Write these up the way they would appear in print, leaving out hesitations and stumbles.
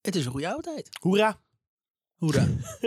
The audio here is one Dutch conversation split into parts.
Het is een goede oude tijd. Hoera. Hoera.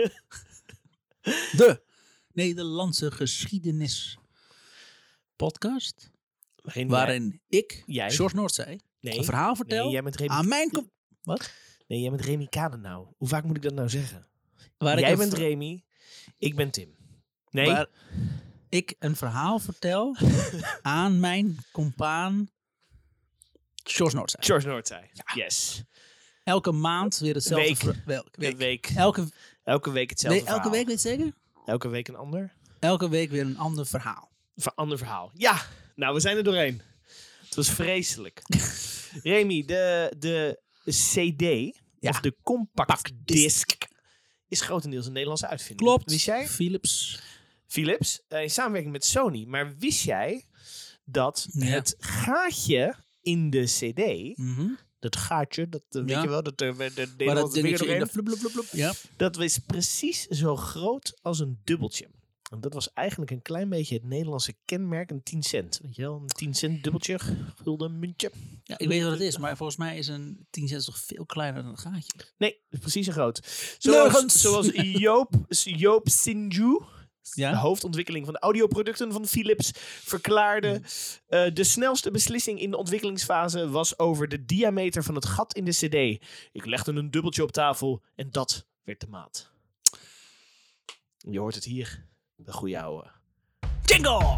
De Nederlandse geschiedenis podcast. Waarin ik, George Noordzij, een verhaal vertel jij bent Remy, aan mijn... Wat? Nee, jij bent Remy Kadenau. Hoe vaak moet ik dat nou zeggen? Waar jij bent Remy, ik ben Tim. Nee. Waar ik een verhaal vertel aan mijn compaan George Noordzij. George Noordzij, ja. Yes. Elke maand weer hetzelfde week. Elke week hetzelfde verhaal. Elke week, weet je zeker? Elke week een ander? Elke week weer een ander verhaal. Een ander verhaal. Ja, nou we zijn er doorheen. Het was vreselijk. Remy, de CD, of de compact disc, is grotendeels een Nederlandse uitvinding. Klopt. Wist jij? Philips, in samenwerking met Sony. Maar wist jij dat het gaatje in de CD... Dat gaatje, dat weet je wel, dat dingetje in de dat is precies zo groot als een dubbeltje. En dat was eigenlijk een klein beetje het Nederlandse kenmerk, een 10 cent. Weet je wel, een 10 cent dubbeltje, gulden muntje. Ja, ik weet wat het is, maar volgens mij is een 10 cent toch veel kleiner dan een gaatje. Nee, het is precies zo groot. Zoals Joop Sinju, de hoofdontwikkeling van de audioproducten van Philips, verklaarde... de snelste beslissing in de ontwikkelingsfase was over de diameter van het gat in de CD. Ik legde een dubbeltje op tafel en dat werd de maat. Je hoort het hier. De goede ouwe. Jingle!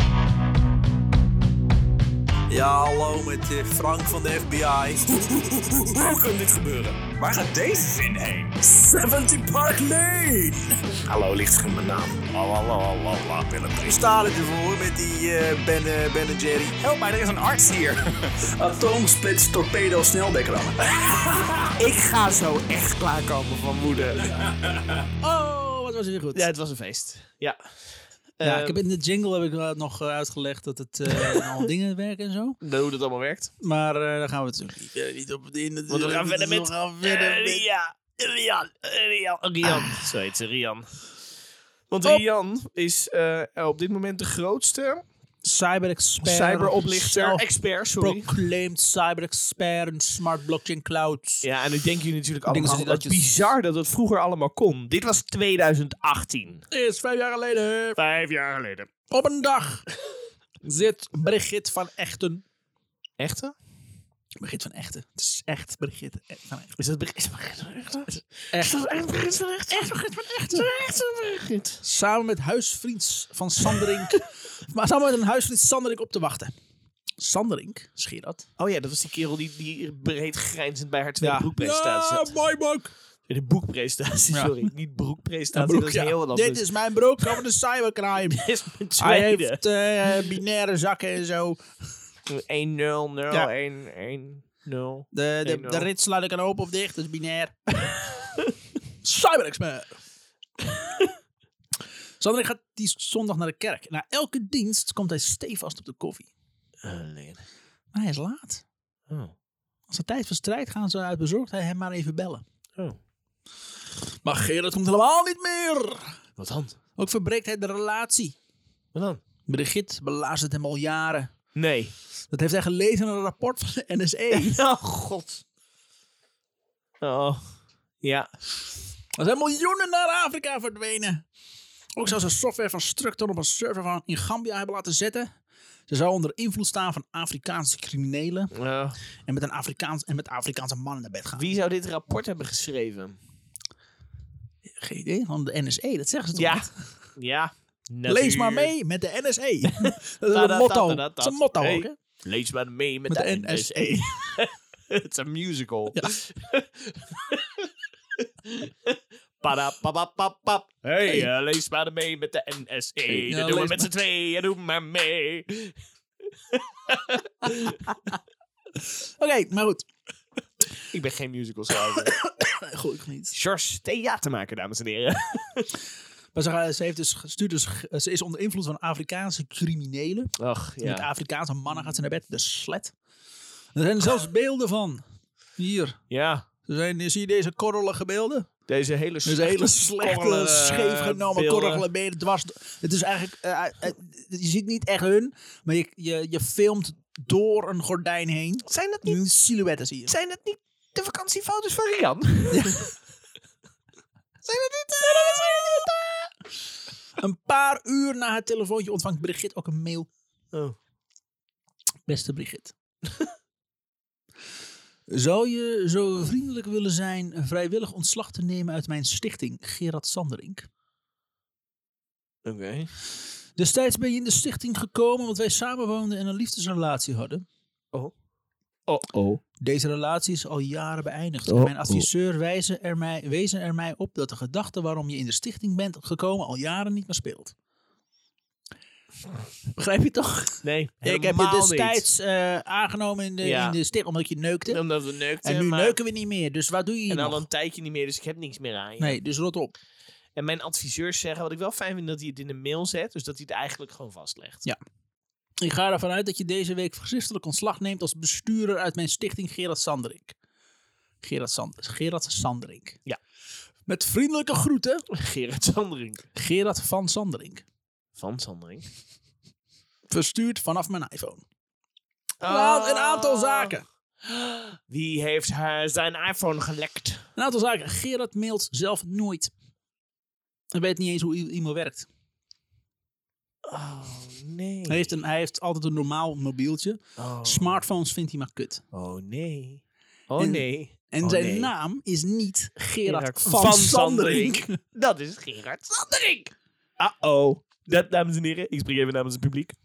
Ja, hallo met Frank van de FBI. Hoe kan dit gebeuren? Waar gaat deze zin heen? 70 Park Lane! Hallo, ligt in mijn naam. Hallo, Willem. Hoe staat het ervoor met die Ben en Jerry? Help mij, er is een arts hier. Atoomsplits torpedo sneldekker. Ik ga zo echt klaarkomen van woede. Oh, wat was het weer goed. Ja, het was een feest. Ja. Ik heb in de jingle heb ik nog uitgelegd dat het al dingen werken en zo. Hoe dat allemaal werkt. Maar daar gaan we het niet op in. Want we gaan verder met Rian. Zo heet ze, Rian. Want Rian is op dit moment de grootste cyberoplichter, proclaimed cyber-expert in smart blockchain clouds. Ja, en nu denken jullie natuurlijk allemaal, dat is bizar dat het vroeger allemaal kon. Dit was 2018. Is 5 jaar geleden. 5 jaar geleden. Op een dag zit Brigitte van Echten. Echte? Brigitte van Echten. Het is echt Brigitte van Echten. Is dat Brigitte van Echten? Echt Brigitte van Echten. Echt Brigitte. Samen met huisvriend van Sanderink. Maar samen met een huisvriend Sanderink op te wachten. Sanderink, scheer dat. Oh ja, dat was die kerel die breed grijnzend bij haar tweede boekpresentatie zat. Ja, mooi boek. De boekpresentatie, sorry. Niet broekpresentatie, dat is heel wat anders. Dit is mijn broek over de cybercrime. Dit is mijn Hij tweede. heeft binaire zakken en zo. 1-0, 0, 1, 0. De rit sluit ik aan open of dicht, dat is binair. Cyber-expert. Sanderink gaat die zondag naar de kerk. Na elke dienst komt hij stevast op de koffie. Nee. Maar hij is laat. Oh. Als de tijd verstrijkt, gaan ze uit bezorgdheid hem maar even bellen. Oh. Maar Gerard komt helemaal niet meer. Wat dan? Ook verbreekt hij de relatie. Wat dan? Brigitte belazert hem al jaren. Nee. Dat heeft hij gelezen in een rapport van de NSE. Oh, god. Oh. Ja. Er zijn miljoenen naar Afrika verdwenen. Ook zou ze software van Structon op een server in Gambia hebben laten zetten. Ze zou onder invloed staan van Afrikaanse criminelen. En met Afrikaanse mannen naar bed gaan. Wie zou dit rapport hebben geschreven? Geen idee, van de NSE, dat zeggen ze toch niet? Ja. Lees maar mee met de NSE. Dat is een motto. Dat is een motto ook, hè? Lees maar mee met de NSE. Het is een musical. Ja. Padapapapap. Hey, lees maar mee met de NSE. Dat doen we met z'n tweeën, doe maar mee. Oké, maar goed. Ik ben geen musical schrijver. Goed, ik niet. George, theatermaker, dames en heren. Maar ze heeft dus gestuurd, ze is onder invloed van Afrikaanse criminelen. Ach, ja. Met Afrikaanse mannen gaat ze naar bed, de slet. Er zijn zelfs beelden van. Hier. Ja. Zie je deze korrelige beelden? Deze hele slechte, scheef genomen korrelige beelden dwars. Het is eigenlijk, je ziet niet echt hun, maar je filmt door een gordijn heen. Zijn dat niet silhouetten zie je. Zijn dat niet de vakantiefoto's van Rian? Zijn dat niet? Een paar uur na het telefoontje ontvangt Brigitte ook een mail. Oh. Beste Brigitte. Zou je zo vriendelijk willen zijn vrijwillig ontslag te nemen uit mijn stichting Gerard Sanderink? Oké. Destijds ben je in de stichting gekomen omdat wij samenwoonden en een liefdesrelatie hadden. Oh. Deze relatie is al jaren beëindigd. Mijn adviseur wezen er mij op dat de gedachte waarom je in de stichting bent gekomen al jaren niet meer speelt. Begrijp je toch? Nee, Ik heb je destijds aangenomen in de stichting omdat je neukte. Omdat we neukten. En nu neuken we niet meer, dus wat doe je hier en al nog? een tijdje niet meer, dus ik heb niks meer aan je. Nee, dus rot op. En mijn adviseurs zeggen, wat ik wel fijn vind, dat hij het in de mail zet. Dus dat hij het eigenlijk gewoon vastlegt. Ja. Ik ga ervan uit dat je deze week verschriftelijk ontslag neemt als bestuurder uit mijn stichting Gerard Sanderink. Gerard Sanderink. Ja. Met vriendelijke groeten. Gerard Sanderink. Gerard van Sanderink. Van Sanderink. Verstuurd vanaf mijn iPhone. Een aantal zaken. Wie heeft zijn iPhone gelekt? Een aantal zaken. Gerard mailt zelf nooit. Hij weet niet eens hoe e-mail werkt. Oh, nee. Hij heeft altijd een normaal mobieltje. Oh. Smartphones vindt hij maar kut. Oh, nee. En zijn naam is niet Gerard van van Sanderink. Dat is Gerard Sanderink. Dat, dames en heren, ik spreek even namens het publiek.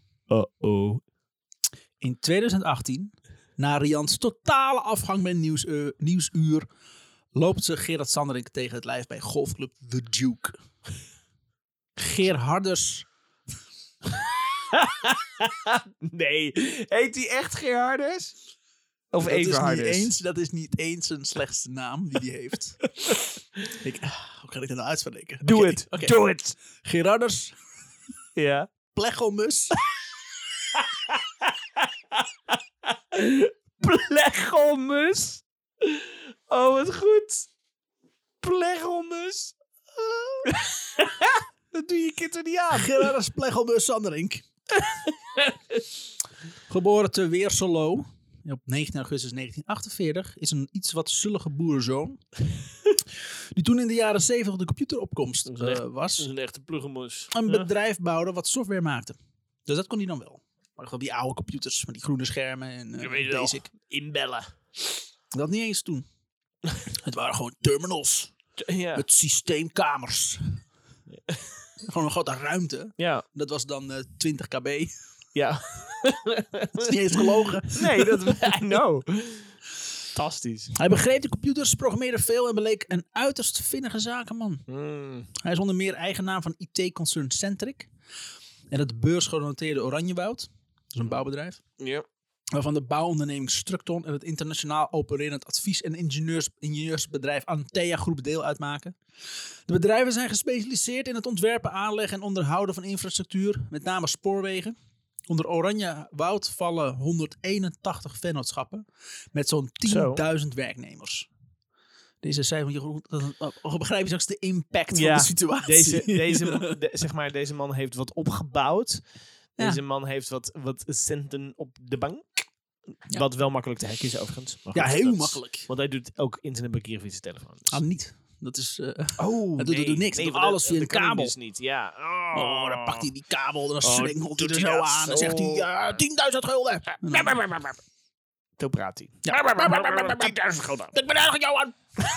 In 2018, na Rians totale afgang met Nieuwsuur, loopt ze Gerard Sanderink tegen het lijf bij golfclub The Duke. Gerharders. Nee, heet hij echt Gerharders? Of Everharders? Dat is niet eens zijn slechtste naam die hij heeft. Hoe kan ik dat nou uitspreken? Doe het. Gerharders. Ja. Plechomus. Plechomus. Oh, wat goed. Plechomus. Dat doe je kind er niet aan. Gerhardus Plechomus Sanderink. Geboren te Weerselo op 19 augustus 1948 is een iets wat zullige boerenzoon. Die toen in de jaren 70 de computeropkomst was. Dat is een echte pluggemus. Een bedrijf bouwde wat software maakte. Dus dat kon hij dan wel. Maar gewoon die oude computers met die groene schermen en basic. Inbellen. Dat niet eens toen. Het waren gewoon terminals. Ja. Met systeemkamers. Ja. Gewoon een grote ruimte. Ja. Dat was dan 20 kb. Ja. Dat is niet eens gelogen. Nee, I know. Fantastisch. Hij begreep de computers, programmeerde veel en bleek een uiterst vinnige zakenman. Hij is onder meer eigenaar van IT-concern Centric en het beursgenoteerde Oranjewoud. Dat is een bouwbedrijf. Ja. Waarvan de bouwonderneming Structon en het internationaal opererend advies- en ingenieursbedrijf Antea Groep deel uitmaken. De bedrijven zijn gespecialiseerd in het ontwerpen, aanleggen en onderhouden van infrastructuur, met name spoorwegen. Onder Oranjewoud vallen 181 vennootschappen met zo'n 10.000 werknemers. Deze cijfer, begrijp je straks de impact van de situatie? Deze man heeft wat opgebouwd. Ja. Deze man heeft wat centen op de bank. Ja. Wat wel makkelijk te hacken is overigens. Ja, heel makkelijk. Want hij doet ook internetbankieren via zijn telefoon. Dus. Ah, niet. Dat is... dat doet niks. Nee, dat doet alles via een kabel. Dus niet. Ja. Dan pakt hij die kabel en dan swingelt hij er zo aan. Dan zegt hij 10.000 gulden. Zo praat hij. 10.000 gulden. Ik ben eigenlijk Johan.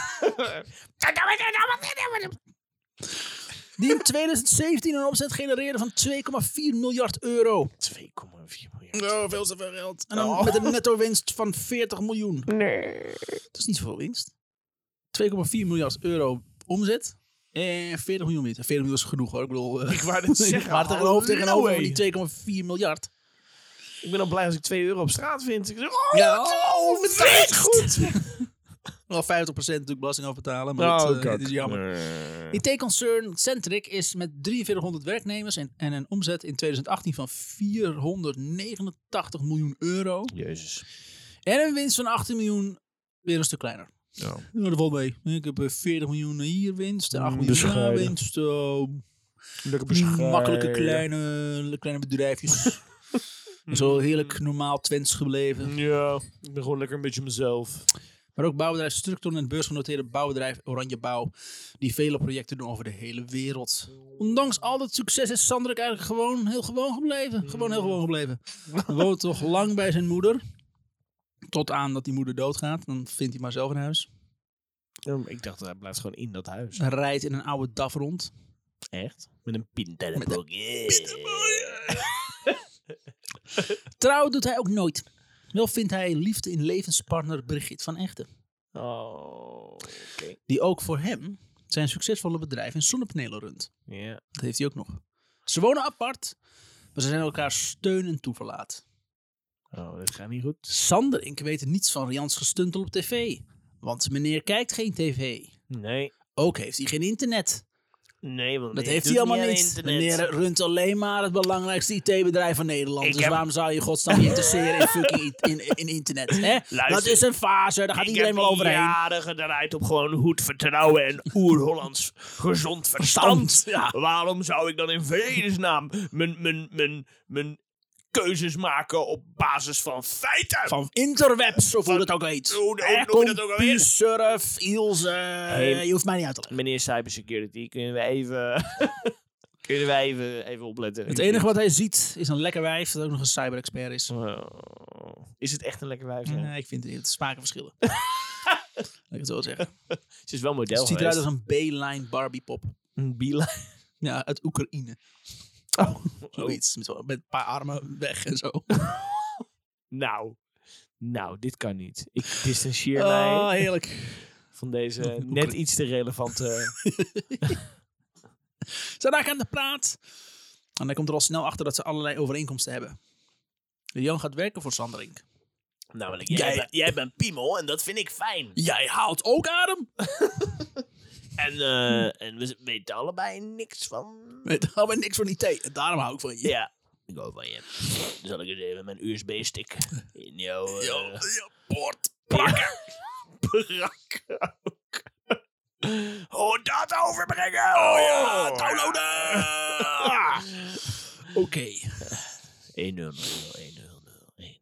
Die in 2017 een omzet genereerde van 2,4 miljard euro. 2,4 miljard. Oh, veel te veel geld. En dan met een netto winst van 40 miljoen. Nee. Dat is niet zoveel winst. 2,4 miljard euro omzet. En 40 miljoen winst. 40 miljoen is genoeg hoor. Ik bedoel, ik wou dit zeggen. Maar tegenover van die 2,4 miljard. Ik ben al blij als ik 2 euro op straat vind. Ik zeg, dat is goed. Wel 50% natuurlijk belasting afbetalen, maar het is jammer. IT-concern Centric is met 4300 werknemers en een omzet in 2018 van 489 miljoen euro. Jezus. En een winst van 18 miljoen, weer een stuk kleiner. Ja. Dat valt mee. Ik heb 40 miljoen hier winst en 8 miljoen daar winst. Lekker bescheiden. Makkelijke kleine bedrijfjes. Zo heerlijk normaal Twents gebleven. Ja, ik ben gewoon lekker een beetje mezelf. Maar ook bouwbedrijf Structon en het beursgenoteerde bouwbedrijf Oranje Bouw. Die vele projecten doen over de hele wereld. Ondanks al dat succes is Sanderik eigenlijk gewoon heel gewoon gebleven. Gewoon heel gewoon gebleven. Hij woont toch lang bij zijn moeder. Tot aan dat die moeder doodgaat. Dan vindt hij maar zelf een huis. Ik dacht, hij blijft gewoon in dat huis. Hij rijdt in een oude DAF rond. Echt? Met een Pinterboek. Trouw doet hij ook nooit. Wel vindt hij liefde in levenspartner Brigitte van Echten. Oh, oké. Die ook voor hem zijn succesvolle bedrijf in zonnepanelen runt. Ja. Dat heeft hij ook nog. Ze wonen apart, maar ze zijn elkaar steun en toeverlaat. Oh, dat gaat niet goed. Sanderink weet niets van Rians gestuntel op tv. Want meneer kijkt geen tv. Nee. Ook heeft hij geen internet. Nee, want Dat heeft hij allemaal niet. Meneer runt alleen maar het belangrijkste IT-bedrijf van Nederland. Dus waarom zou je godsnaam je interesseren in fucking in internet? Hè? Dat is een fase, daar gaat iedereen wel overheen. Ik heb jaren gedraaid op gewoon goed vertrouwen en oer-Hollands gezond verstand. Ja. Waarom zou ik dan in vredesnaam mijn keuzes maken op basis van feiten? Van interwebs, of hoe dat ook heet. Hoe dat ook alweer? Surf, Ilse, je hoeft mij niet uit te leggen. Meneer Cybersecurity, kunnen we even opletten? Het enige wat hij ziet is een lekker wijf dat ook nog een cyber-expert is. Is het echt een lekker wijf? Ja? Nee, ik vind het smaken verschillen. Laat ik het zo zeggen. Ze is wel model Het ziet eruit als een B-line Barbie-pop. Een B-line? Ja, uit Oekraïne. Zoiets. Met een paar armen weg en zo. Nou, dit kan niet. Ik distancieer mij heerlijk. van deze net iets te relevante... Ze raken aan de praat. En hij komt er al snel achter dat ze allerlei overeenkomsten hebben. Jan gaat werken voor Sanderink. Namelijk, jij bent piemel en dat vind ik fijn. Jij haalt ook adem. En we weten allebei niks van... We weten allebei niks van IT. En daarom hou ik van je. Ja, ik hou van je. Dan zal ik eens even mijn USB-stick in jouw poort prakken. Prakken ook. Hoe dat overbrengen? Oh ja, downloaden. Oké. 1-0.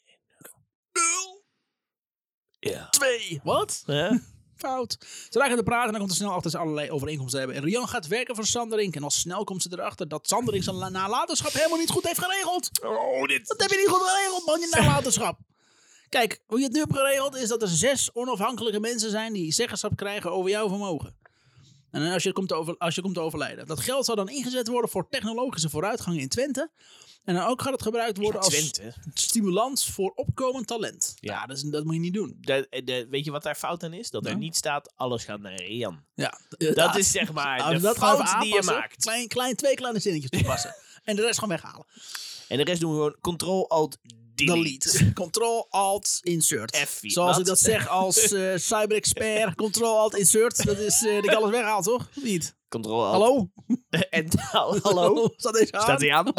Ja. 2. Wat? Fout. Ze raken te praten en dan komt er snel achter ze allerlei overeenkomsten hebben. En Rian gaat werken voor Sanderink. En al snel komt ze erachter dat Sanderink zijn nalatenschap helemaal niet goed heeft geregeld. Dat heb je niet goed geregeld, man, je nalatenschap. Kijk, hoe je het nu hebt geregeld is dat er 6 onafhankelijke mensen zijn die zeggenschap krijgen over jouw vermogen. En als je komt te overlijden. Dat geld zou dan ingezet worden voor technologische vooruitgang in Twente. En dan ook gaat het gebruikt worden als stimulans voor opkomend talent. Ja, dat moet je niet doen. Weet je wat daar fout aan is? Dat er niet staat, alles gaat naar Rian. Ja, dat is zeg maar de fout die je maakt. Twee kleine zinnetjes toepassen. En de rest gewoon weghalen. En de rest doen we gewoon Ctrl-Alt-Delete. Ctrl-Alt-Insert. F4. Zoals ik dat zeg als cyber-expert. Ctrl-Alt-Insert. Dat is dat je alles weghaalt, toch? Niet? Ctrl-Alt. Hallo? En hallo? Staat deze aan? Staat hij aan?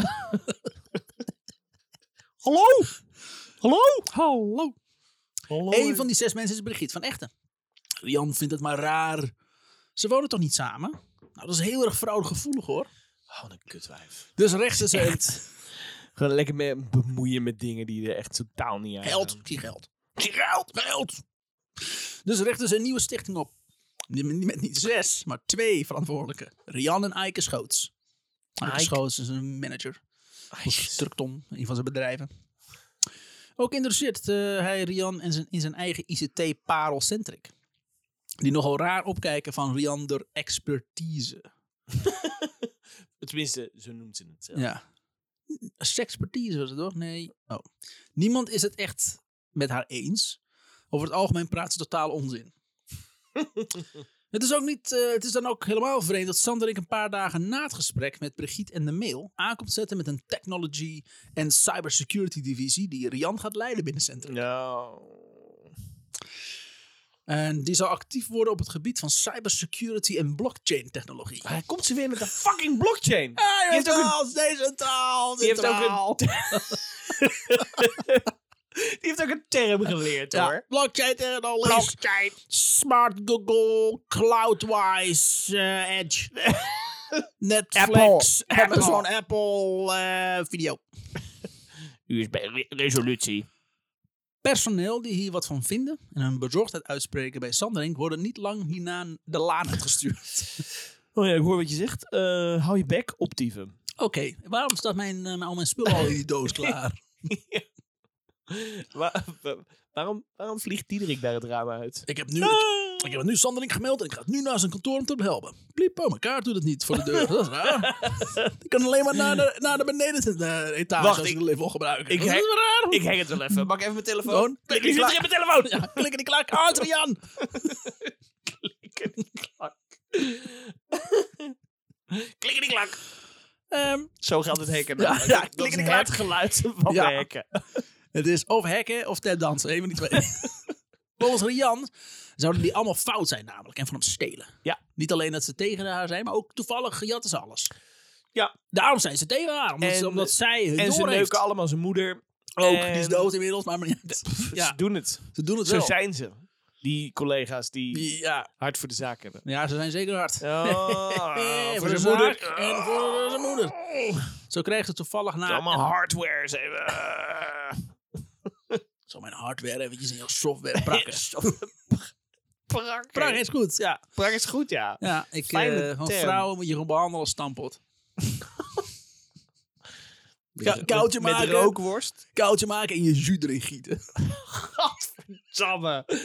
Hallo? Eén van die 6 mensen is Brigitte van Echten. Jan vindt het maar raar. Ze wonen toch niet samen? Nou, dat is heel erg vrouwgevoelig, hoor. Oh, een kutwijf. Dus rechten ze het. Gewoon lekker mee bemoeien met dingen die er echt totaal niet aan Geld. Geld. Dus richten ze een nieuwe stichting op. Met niet 6, maar 2 verantwoordelijken. Rian en Eike Schoots. Eike Schoots is een manager. Structon, een van zijn bedrijven. Ook interesseert hij Rian in zijn eigen ICT-parel Centric. Die nogal raar opkijken van Rian door expertise. Tenminste, zo noemt ze het zelf. Ja. Sexpertise was het toch? Nee. Oh. Niemand is het echt met haar eens. Over het algemeen praat ze totaal onzin. Het is dan ook helemaal vreemd dat Sanderink een paar dagen na het gesprek met Brigitte en de mail aankomt zetten met een technology en cybersecurity divisie die Rian gaat leiden binnen Centric. En die zal actief worden op het gebied van cybersecurity en blockchain technologie. Hij komt ze weer met een fucking blockchain. Ja, die heeft ook decentraal. Die heeft ook een term geleerd, hoor. Blockchain technologie. Blockchain. Smart Google, Cloudwise, Edge. Netflix, Amazon, Apple, video. USB-resolutie. Personeel die hier wat van vinden en hun bezorgdheid uitspreken bij Sanderink worden niet lang hierna de laan uitgestuurd. Oh ja, ik hoor wat je zegt. Hou je bek, optieven. Oké, waarom staat al mijn spullen al in die doos klaar? Ja. Waarom vliegt Diederik daar het raam uit? Ik heb het nu Sanderink gemeld en ik ga het nu naar zijn kantoor om te helpen. Bliep, mijn kaart doet het niet voor de deur. Dat is raar. Ik kan alleen maar naar de beneden etage als ik de lift wil gebruiken. Dat is raar. Ik hang het wel even. Mag ik even mijn telefoon? Klik Die zit er in mijn telefoon. Ja, klik die klak. Adriaan. Klik die klak. Klik die klak. Zo gaat het hekken. Ja, klik die klak. Het geluid van de hekken. Het is of hekken of tapdansen. Een van die twee. Volgens Rian zouden die allemaal fout zijn namelijk. En van hem stelen. Ja. Niet alleen dat ze tegen haar zijn, maar ook toevallig jatten ze alles. Ja. Daarom zijn ze tegen haar. Omdat zij het en door ze neuken heeft. allemaal zijn moeder. Ook, die is dood inmiddels. Maar Ze doen het. Ze doen het Zo wel. zijn ze. Die collega's die hard voor de zaak hebben. Ja, ze zijn zeker hard. Voor zijn zijn moeder. En voor zijn moeder. Zo krijgt ze toevallig na... Allemaal hardware. Zo mijn hardware eventjes in jouw software prakken. Prak is goed, ja. Prak is goed, ja. Ja, van vrouwen moet je gewoon behandelen als stampot. Koudje maken. Met rookworst. Koudje maken en je jus erin gieten. Gadverdamme.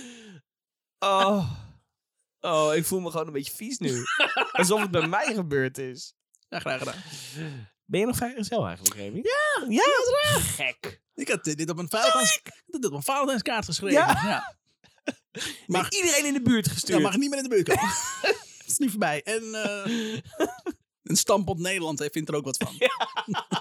Oh, ik voel me gewoon een beetje vies nu. Alsof het bij mij gebeurd is. Ja, graag gedaan. Ben je nog vrijgezel eigenlijk, Remy? Ja, dat is raar. Gek. Ik had dit op een Valentijnskaart geschreven. Ja. Mag iedereen in de buurt gestuurd. Ja, mag niet meer in de buurt komen. Het is niet voorbij. En een stampot Nederland vindt er ook wat van. Ja.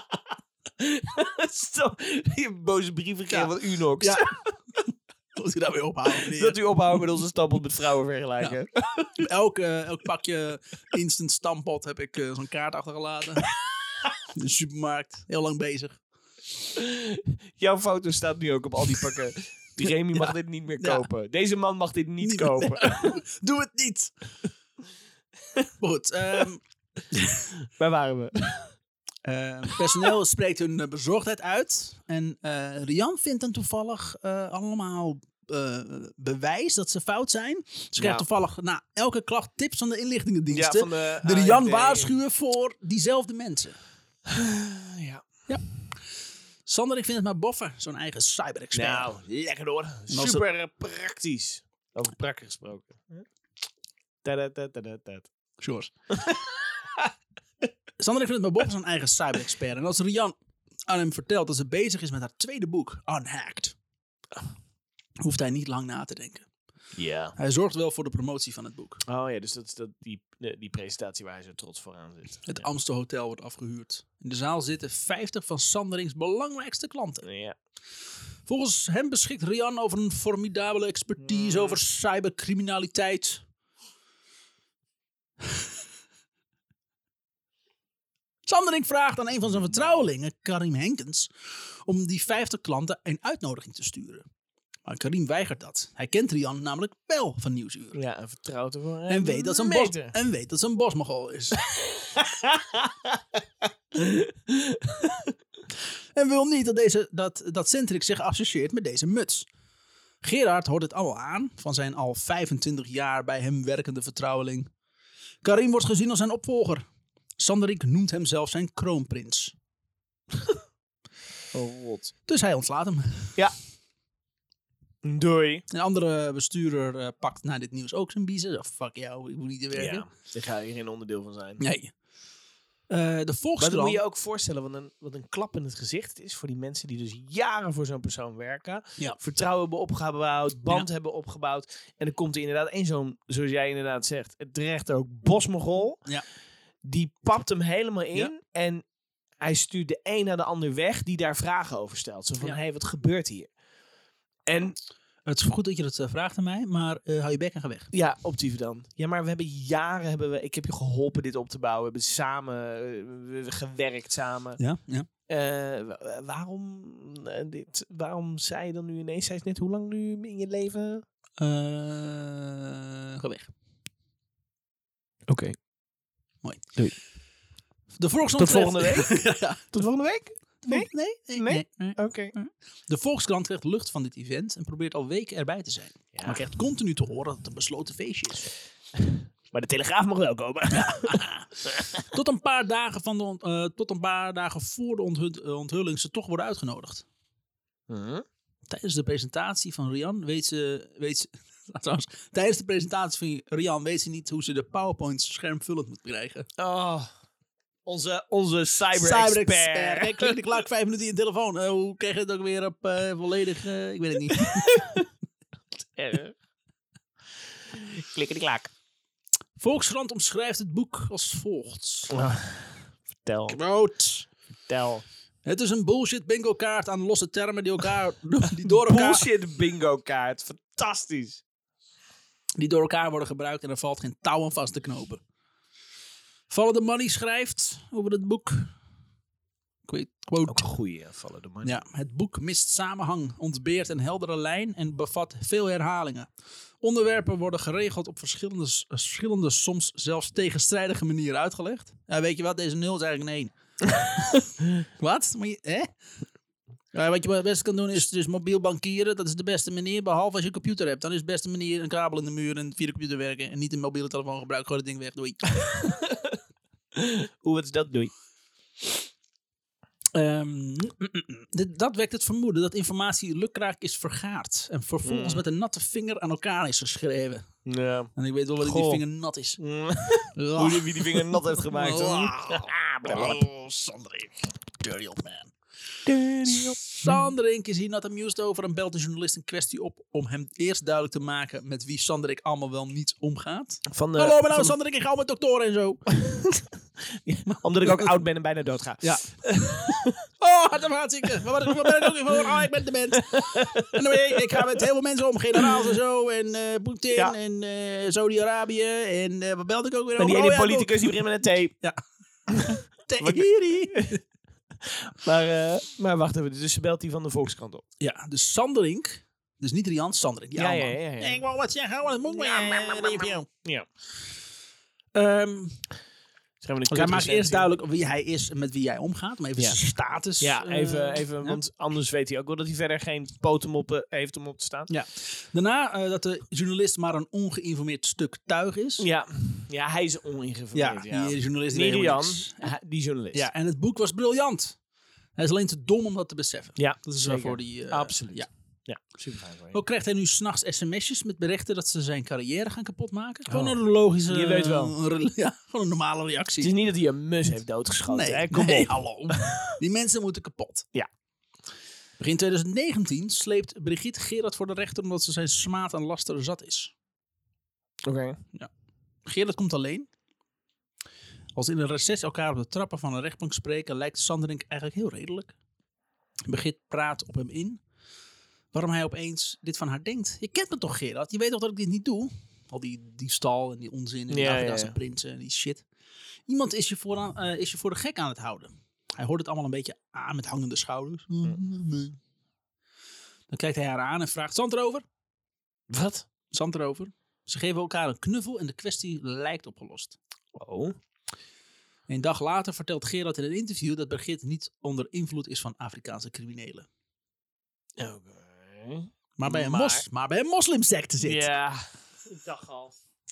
Je boze brieven geven van Unox. Ja. Moet u daarmee ophouden. Dat u ophoudt met onze stampot met vrouwen vergelijken. Ja. Elk pakje instant stampot heb ik zo'n kaart achtergelaten. In de supermarkt. Heel lang bezig. Jouw foto staat nu ook op al die pakken. Die Remy mag dit niet meer kopen. Deze man mag dit niet kopen. Doe het niet. Goed. Waar waren we? Personeel spreekt hun bezorgdheid uit. En Rian vindt dan toevallig allemaal bewijs dat ze fout zijn. Ze krijgt toevallig na elke klacht tips van de inlichtingendiensten. Van de Rian waarschuwen voor diezelfde mensen. Ja. Sander, ik vind het maar boffen, zo'n eigen cyber-expert. Nou, lekker hoor. Super praktisch. Over prakken gesproken. Sure. Sander, ik vind het maar boffen, zo'n eigen cyber-expert. En als Rian aan hem vertelt dat ze bezig is met haar tweede boek, Unhacked, hoeft hij niet lang na te denken. Ja. Hij zorgt wel voor de promotie van het boek. Oh ja, dus dat is die presentatie waar hij zo trots vooraan zit. Het Amstel Hotel wordt afgehuurd. In de zaal zitten 50 van Sanderings belangrijkste klanten. Ja. Volgens hem beschikt Rian over een formidabele expertise over cybercriminaliteit. Sandering vraagt aan een van zijn vertrouwelingen, Karim Henkens, om die 50 klanten een uitnodiging te sturen. Maar Karim weigert dat. Hij kent Rian namelijk wel van Nieuwsuur. Ja, en vertrouwt ervoor. En weet dat ze een bosmogol is. En wil niet dat Centric zich associeert met deze muts. Gerard hoort het allemaal aan van zijn al 25 jaar bij hem werkende vertrouweling. Karim wordt gezien als zijn opvolger. Sanderik noemt hem zelf zijn kroonprins. Oh, rot. Dus hij ontslaat hem. Ja. Doei. Een andere bestuurder pakt na dit nieuws ook zijn biezen. Fuck jou, ik moet niet te werken. Ja, daar ga je geen onderdeel van zijn. Nee. De Volkskrant... Maar dan moet je ook voorstellen wat een klap in het gezicht is voor die mensen die dus jaren voor zo'n persoon werken. Ja. Vertrouwen hebben opgebouwd, band hebben opgebouwd. En dan komt er inderdaad één zo'n, zoals jij inderdaad zegt, terecht ook bosmogol. Ja. Die papt hem helemaal in. Ja. En hij stuurt de een naar de ander weg die daar vragen over stelt. Zo van, hey, wat gebeurt hier? En... Het is goed dat je dat vraagt aan mij, maar hou je bek en ga weg. Ja, optieven dan. Ja, maar we hebben jaren... Ik heb je geholpen dit op te bouwen. We hebben samen gewerkt samen. Ja, ja. Waarom zei je dan nu ineens? Zei je net hoe lang nu in je leven? Ga weg. Oké. Mooi. Doei. De Volkskrant Tot volgende week? Ja. Tot volgende week? Nee. Oké. De Volkskrant krijgt lucht van dit event en probeert al weken erbij te zijn. Ja. Maar krijgt continu te horen dat het een besloten feestje is. Maar de Telegraaf mag wel komen. Tot een paar dagen voor de onthulling ze toch worden uitgenodigd. Tijdens de presentatie van Rian weet ze niet hoe ze de PowerPoint schermvullend moet krijgen. Oh, onze cyber-expert. Ik klik de klak 5 minuten in je telefoon. Hoe krijg je het ook weer op volledig... ik weet het niet. Klikken die klaak. Volkskrant omschrijft het boek als volgt. Vertel. Quote. Vertel. Het is een bullshit bingo kaart aan losse termen die door elkaar... Bullshit bingo kaart. Fantastisch. Die door elkaar worden gebruikt en er valt geen touw aan vast te knopen. Follow the Money schrijft over het boek. Quote. Ook een goeie, Follow the Money. Ja, het boek mist samenhang, ontbeert een heldere lijn en bevat veel herhalingen. Onderwerpen worden geregeld op verschillende, soms zelfs tegenstrijdige manieren uitgelegd. Ja, weet je wat? Deze 0 is eigenlijk een 1. Wat? Ja, wat je het beste kan doen is dus mobiel bankieren. Dat is de beste manier, behalve als je een computer hebt. Dan is de beste manier een kabel in de muur en via de computer werken. En niet een mobiele telefoon gebruiken. Gooi het ding weg, doei. Wat is dat, doei? Dat wekt het vermoeden dat informatie lukraak is vergaard. En vervolgens met een natte vinger aan elkaar is geschreven. Ja. En ik weet wel dat die vinger nat is. Hoe wie die vinger nat heeft gemaakt. Sanderink. Dirty old man. Sanderink is hier not amused over en belt de journalist in kwestie op om hem eerst duidelijk te maken met wie Sanderink allemaal wel niet omgaat. Hallo, mijn naam is Sanderink, ik ga met doktoren en zo. Omdat ik ook oud ben en bijna dood ga. Ja. Hart- en vaatziekten. Waar ben ik ook weer voor? Ik ben dement. Ik ga met heel veel mensen om. Generaals en zo. En Poetin en Saudi-Arabië. En wat belde ik ook weer over? En die ene politicus die begint met een T. Ja. Tehiri. Maar wacht even, dus ze belt die van de Volkskrant op. Ja, dus Sanderink. Dus niet Rian, Sanderink. Ja. Ik wou wat zeggen, wat moet ik hij maakt eerst duidelijk wie hij is en met wie hij omgaat. Maar even zijn status. Ja, even want anders weet hij ook wel dat hij verder geen potemoppen heeft om op te staan. Ja. Daarna dat de journalist maar een ongeïnformeerd stuk tuig is. Ja, hij is oningeïnformeerd. Die journalist. Niet Rian, die journalist. Ja, en het boek was briljant. Hij is alleen te dom om dat te beseffen. Ja, dat is waarvoor die... Absoluut. Ja, super fijn. Ook krijgt hij nu 's nachts sms'jes met berichten dat ze zijn carrière gaan kapotmaken. Gewoon een logische... Je weet wel. Gewoon een normale reactie. Het is niet dat hij een mus heeft doodgeschoten. Nee, Kom op. Hallo. Die mensen moeten kapot. Ja. Begin 2019 sleept Brigitte Gerard voor de rechter omdat ze zijn smaad en laster zat is. Oké. Ja. Gerard komt alleen. Als ze in een reces elkaar op de trappen van een rechtbank spreken, lijkt Sanderink eigenlijk heel redelijk. Brigitte praat op hem in. Waarom hij opeens dit van haar denkt. Je kent me toch, Gerard? Je weet toch dat ik dit niet doe? Al die stal en die onzin en die Afrikaanse prinsen en die shit. Iemand is je voor de gek aan het houden. Hij hoort het allemaal een beetje aan met hangende schouders. Nee. Dan kijkt hij haar aan en vraagt, zand erover? Wat? Zand erover. Ze geven elkaar een knuffel en de kwestie lijkt opgelost. Oh. Een dag later vertelt Gerard in een interview dat Brigitte niet onder invloed is van Afrikaanse criminelen. Oké. Maar bij een moslimsecte zit. Ja, ik dacht al.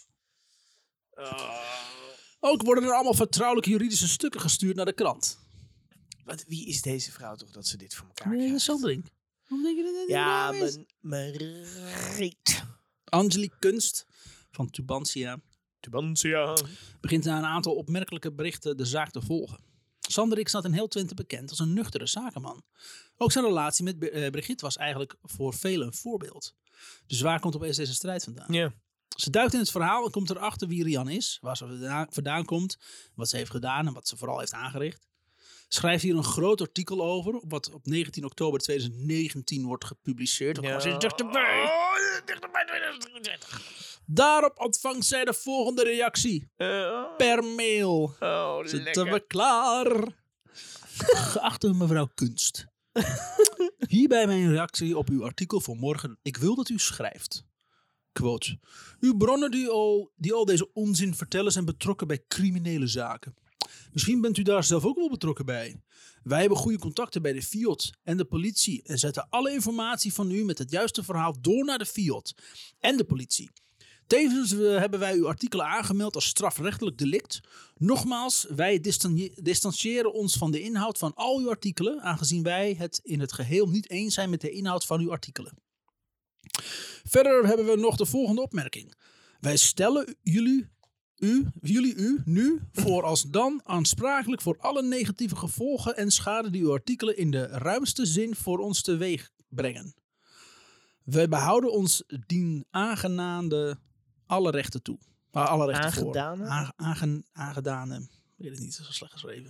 Ook worden er allemaal vertrouwelijke juridische stukken gestuurd naar de krant. Wie is deze vrouw toch dat ze dit voor elkaar krijgt? Nee, Sanderink. Hoe denk je dat dit nou is? mijn reet. Angelique Kunst van Tubantia begint na een aantal opmerkelijke berichten de zaak te volgen. Sanderink staat in heel Twente bekend als een nuchtere zakenman. Ook zijn relatie met Brigitte was eigenlijk voor velen een voorbeeld. Dus waar komt opeens deze strijd vandaan? Yeah. Ze duikt in het verhaal en komt erachter wie Rian is, waar ze vandaan komt, wat ze heeft gedaan en wat ze vooral heeft aangericht. Schrijft hier een groot artikel over, wat op 19 oktober 2019 wordt gepubliceerd. Dichterbij 2020. Daarop ontvangt zij de volgende reactie. Per mail. Zitten we klaar? Geachte mevrouw Kunst. Hierbij mijn reactie op uw artikel van morgen. Ik wil dat u schrijft. Quote. Uw bronnen die al deze onzin vertellen zijn betrokken bij criminele zaken. Misschien bent u daar zelf ook wel betrokken bij. Wij hebben goede contacten bij de FIOD en de politie en zetten alle informatie van u met het juiste verhaal door naar de FIOD en de politie. Tevens hebben wij uw artikelen aangemeld als strafrechtelijk delict. Nogmaals, wij distancieren ons van de inhoud van al uw artikelen, aangezien wij het in het geheel niet eens zijn met de inhoud van uw artikelen. Verder hebben we nog de volgende opmerking. Wij stellen jullie nu vooralsdan aansprakelijk voor alle negatieve gevolgen en schade die uw artikelen in de ruimste zin voor ons teweeg brengen. Wij behouden ons dien aangenaamde alle rechten toe. Alle rechten Aangedane? voor. Aangedane. Ik weet het niet, dat is wel slecht geschreven.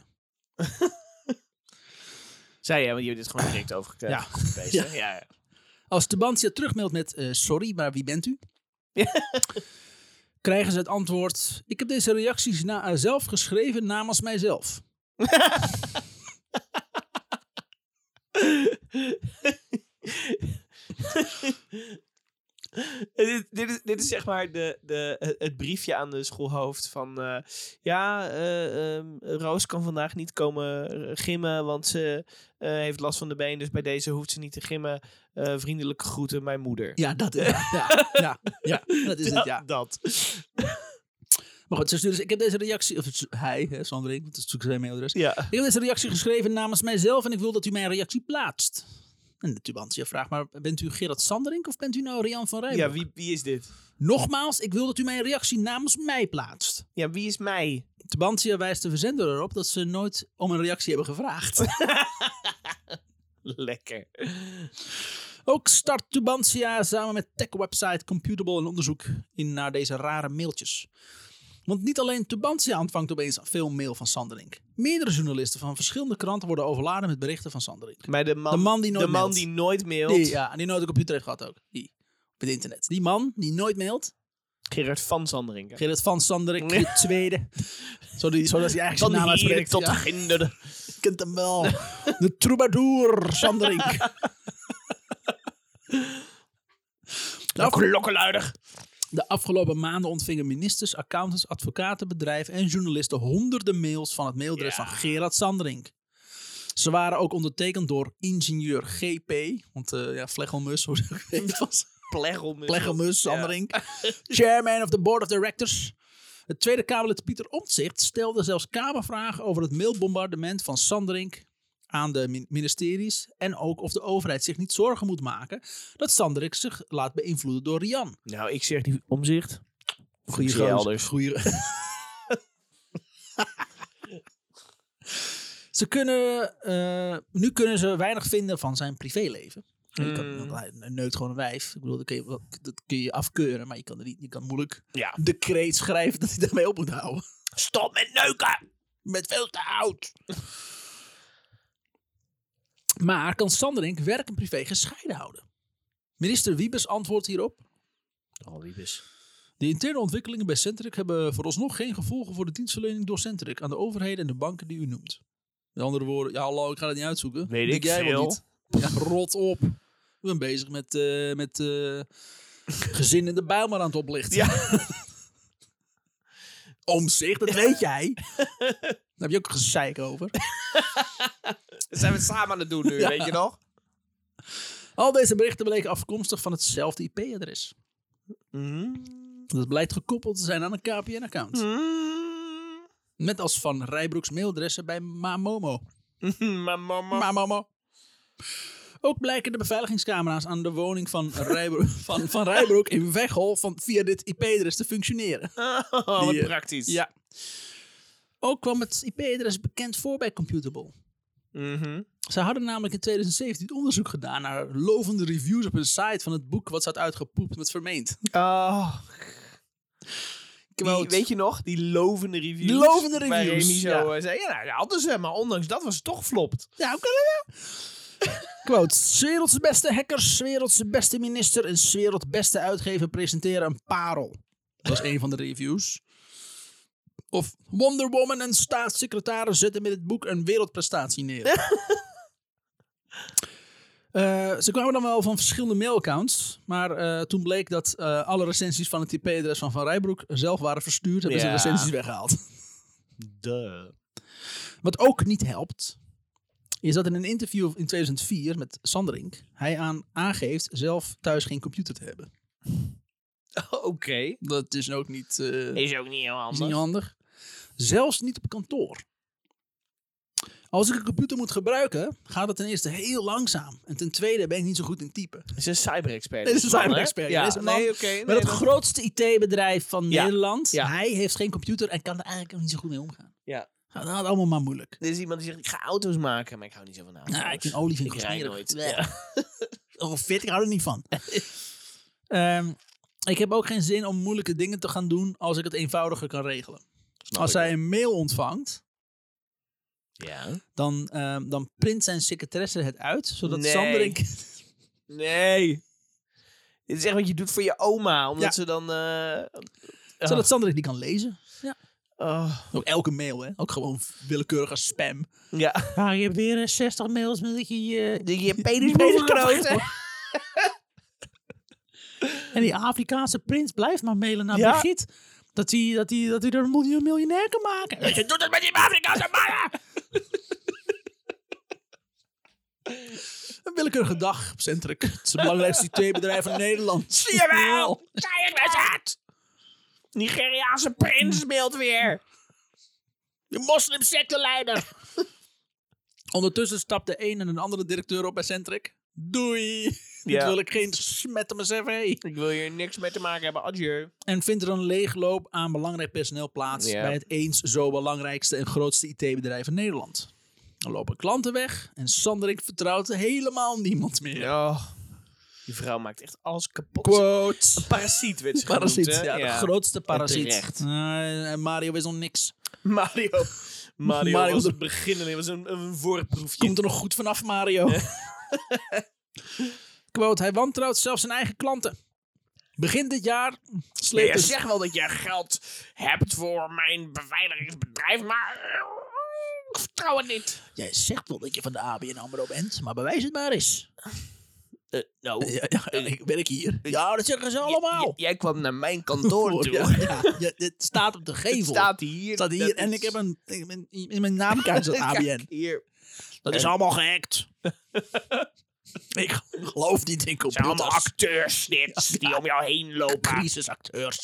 Zei jij, want je hebt dit gewoon direct overgekregen. Ja. Als Tubantia terugmeldt met sorry, maar wie bent u? Krijgen ze het antwoord: ik heb deze reacties zelf geschreven namens mijzelf. Dit is zeg maar het briefje aan de schoolhoofd van... Roos kan vandaag niet komen gimmen, want ze heeft last van de been. Dus bij deze hoeft ze niet te gimmen. Vriendelijke groeten, mijn moeder. Ja, dat is het. Ja, dat is het, ja. Dat. Maar goed, dus ik heb deze reactie... Of hij, Sanderink, want dat is natuurlijk zijn mailadres. Ja. Ik heb deze reactie geschreven namens mijzelf en ik wil dat u mijn reactie plaatst. En de Tubantia vraagt, maar bent u Gerard Sanderink of bent u nou Rian van Rijbroek? Ja, wie is dit? Nogmaals, ik wil dat u mijn reactie namens mij plaatst. Ja, wie is mij? Tubantia wijst de verzender erop dat ze nooit om een reactie hebben gevraagd. Lekker. Ook start Tubantia samen met tech-website Computable een onderzoek naar deze rare mailtjes. Want niet alleen Tubantia ontvangt opeens veel mail van Sanderink. Meerdere journalisten van verschillende kranten worden overladen met berichten van Sanderink. Maar de man die nooit mailt. Die nooit een computer heeft gehad ook. Die, op het internet. Die man die nooit mailt. Gerard van Sanderink. Gerard van Sanderink, de tweede. Zodat hij eigenlijk zijn naam uitspreekt. Tot ginder. Je kent hem wel. De troubadour Sanderink. Klokkenluider. De afgelopen maanden ontvingen ministers, accountants, advocaten, bedrijven en journalisten honderden mails van het mailadres van Gerard Sanderink. Ze waren ook ondertekend door ingenieur GP, want Vlegelmus, hoe zeg ik het was? Plegelmus, Sanderink. Chairman of the Board of Directors. Het Tweede Kamerlid Pieter Omtzigt stelde zelfs kamervragen over het mailbombardement van Sanderink aan de ministeries en ook of de overheid zich niet zorgen moet maken dat Sanderink zich laat beïnvloeden door Rian. Nou, ik zeg die Omtzigt. Goeie elders. Nu kunnen ze weinig vinden van zijn privéleven. Hij neukt gewoon een wijf. Ik bedoel, dat kun je afkeuren, maar je kan moeilijk decreet schrijven dat hij daarmee op moet houden. Stop met neuken! Met veel te oud. Maar kan Sanderink werk en privé gescheiden houden? Minister Wiebes antwoordt hierop. Wiebes. De interne ontwikkelingen bij Centric hebben vooralsnog geen gevolgen voor de dienstverlening door Centric aan de overheden en de banken die u noemt. Met andere woorden, hallo, ik ga het niet uitzoeken. Weet ik jij veel. Niet. Ja, rot op. Ik ben bezig met gezin in de buil maar aan het oplichten. Ja. Omtzigt, dat weet jij. Daar heb je ook een gezeik over. Dat zijn we samen aan het doen nu, weet je nog? Al deze berichten bleken afkomstig van hetzelfde IP-adres. Dat blijkt gekoppeld te zijn aan een KPN-account. Net als Van Rijbroeks mailadressen bij Mamomo. Mamomo. Ook blijken de beveiligingscamera's aan de woning van Rijbroek in Veghel via dit IP-adres te functioneren. Wat praktisch. Ja. Ook kwam het IP-adres bekend voor bij Computable. Ze hadden namelijk in 2017 onderzoek gedaan naar lovende reviews op hun site van het boek wat ze had uitgepoept met Vermeend. Weet je nog? Die lovende reviews. Die lovende reviews. Waar Remy zo zei, hadden ze, maar ondanks dat was het toch geflopt. Ja, hoe kan dat nou? Quote, 's werelds beste hackers, 's werelds beste minister en 's werelds beste uitgever presenteren een parel. Dat was een van de reviews. Of Wonder Woman en staatssecretaris zetten met het boek een wereldprestatie neer. Ze kwamen dan wel van verschillende mailaccounts. Maar toen bleek dat alle recensies van het IP-adres van Rijbroek zelf waren verstuurd. Hebben ze de recensies weggehaald. Duh. Wat ook niet helpt, Is dat in een interview in 2004 met Sanderink hij aangeeft zelf thuis geen computer te hebben. Oké. Dat is ook niet... is ook niet heel handig. Is niet handig. Zelfs niet op kantoor. Als ik een computer moet gebruiken, gaat het ten eerste heel langzaam. En ten tweede ben ik niet zo goed in typen. Hij is een cyber-expert. Dit is een cyber-expert. Ja, Deze man met het grootste IT-bedrijf van Nederland. Ja. Hij heeft geen computer en kan er eigenlijk ook niet zo goed mee omgaan. Ja. Dat gaat allemaal maar moeilijk. Er is iemand die zegt, ik ga auto's maken, maar ik hou niet zo van auto's. Nou, ik vind olie vind ik rijd nooit. Of fit, ik hou er niet van. Ik heb ook geen zin om moeilijke dingen te gaan doen als ik het eenvoudiger kan regelen. Als hij een mail ontvangt, dan print zijn secretaresse het uit, zodat Sanderink... Nee. Dit is echt wat je doet voor je oma, omdat ze dan... Zodat Sanderink die kan lezen. Ja. Oh. Ook elke mail, hè? Ook gewoon willekeurige spam. Ja. Je hebt weer 60 mails met dat je penis boven. En die Afrikaanse prins blijft maar mailen naar Brigitte. Dat hij er een miljonair kan maken. Je doet het met die Afrikaanse mannen! Een willekeurige dag op Centric. Het is het belangrijkste IT-bedrijf van Nederland. Zie je wel? Zei ik met het! Nigeriaanse prins mailt weer. De moslimsecteleider. Ondertussen stapt de een en een andere directeur op bij Centric. Doei! Dit wil ik geen smet op mijn cv. Ik wil hier niks mee te maken hebben. Adieu. En vindt er een leegloop aan belangrijk personeel plaats bij het eens zo belangrijkste en grootste IT-bedrijf van Nederland. Er lopen klanten weg en Sanderink vertrouwt helemaal niemand meer. Oh, die vrouw maakt echt alles kapot. Quote. Een parasiet werd ze Parasiet, genoemd, de grootste parasiet. En Mario is nog niks. Mario was het beginnen. Het was een voorproefje. Komt er nog goed vanaf, Mario. Quote, hij wantrouwt zelfs zijn eigen klanten. Begin dit jaar sleept je zegt wel dat je geld hebt voor mijn beveiligingsbedrijf, maar ik vertrouw het niet. Jij zegt wel dat je van de ABN AMRO bent, maar bewijs het maar eens. Ik werk hier. Ja, dat zeggen ze allemaal. Jij kwam naar mijn kantoor toe. Het staat op de gevel. Het staat hier. En ik heb in mijn naamkaart staat ABN. Hier. Dat is allemaal gehackt. Ik geloof niet in computers. Het zijn allemaal acteurs die om jou heen lopen. Crisisacteurs.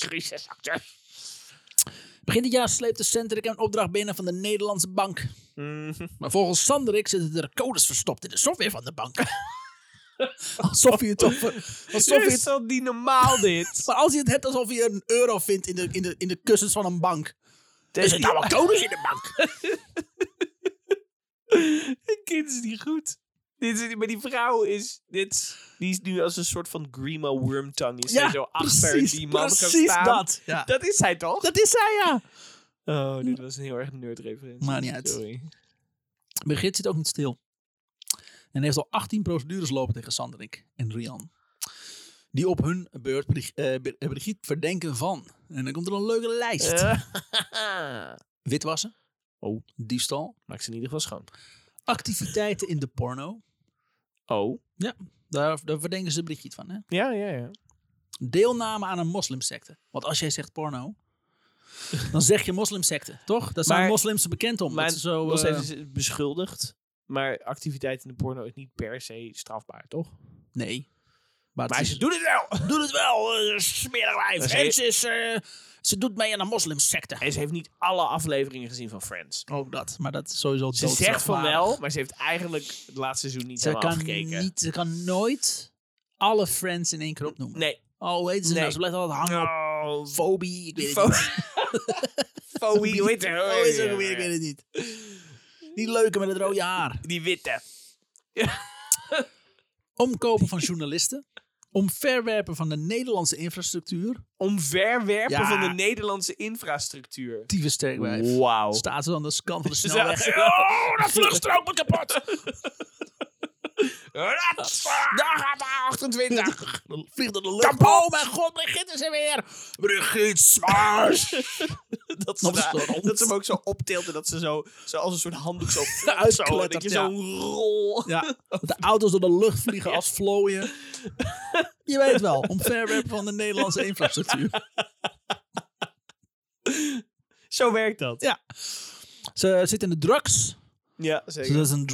Begin dit jaar sleept de Centric een opdracht binnen van de Nederlandse bank. Maar volgens Sanderink zitten er codes verstopt in de software van de bank. Alsof je het is toch niet normaal dit? Maar als je het hebt alsof je een euro vindt in de kussens van een bank. Er zitten allemaal codes in de bank. Dit is niet goed. Maar die vrouw die is nu als een soort van Grima Wormtongue. Is zo achter die man gaan staan. Dat. Ja. Dat is hij toch? Dat is hij, ja. Oh, dit was een heel erg nerd-referentie. Maar niet uit. Sorry. Brigitte zit ook niet stil. En heeft al 18 procedures lopen tegen Sanderink en Rian. Die op hun beurt Brigitte verdenken van. En dan komt er een leuke lijst. Witwassen. Diefstal. Maak ze in ieder geval schoon. Activiteiten in de porno. Ja, daar verdenken ze Brigitte van. Hè? Ja. Deelname aan een moslimsecte. Want als jij zegt porno, dan zeg je moslimsecte, toch? Daar zijn moslims bekend om. Maar moslims is beschuldigd. Maar activiteit in de porno is niet per se strafbaar, toch? Nee. Maar ze doet het wel. Doet het wel, smerig lijf. En ze doet mee aan een moslimsecte. En ze heeft niet alle afleveringen gezien van Friends. Ook dat, maar dat is sowieso Ze zegt van wel, maar ze heeft eigenlijk het laatste seizoen niet helemaal afgekeken. Ze kan nooit alle Friends in één keer opnoemen. Nee. Oh, weet ze nou? Ze blijft altijd hangen op Fobie. Ik weet het niet. Fobie, hoe heet het? Ik weet het niet. Die leuke met het rode haar. Die witte. Omkopen van journalisten. Omverwerpen van de Nederlandse infrastructuur. Omverwerpen van de Nederlandse infrastructuur. Tyfus sterk wijf. Wauw. Staat ze aan de kant van de snelweg. Oh, dat vluchtstrook me kapot. Daar gaat de 28. Vliegt er de lucht. Oh mijn god, Brigitte is er weer. Brigitte Smash. dat ze hem ook zo optilt en dat ze zo als een soort handdoek zo uitklettert. Zo'n rol. Ja, de auto's door de lucht vliegen als vlooien. Je weet wel, omverwerpen van de Nederlandse infrastructuur. Zo werkt dat. Ja. Ze zit in de drugs. Ja, zeker. Dus dat is een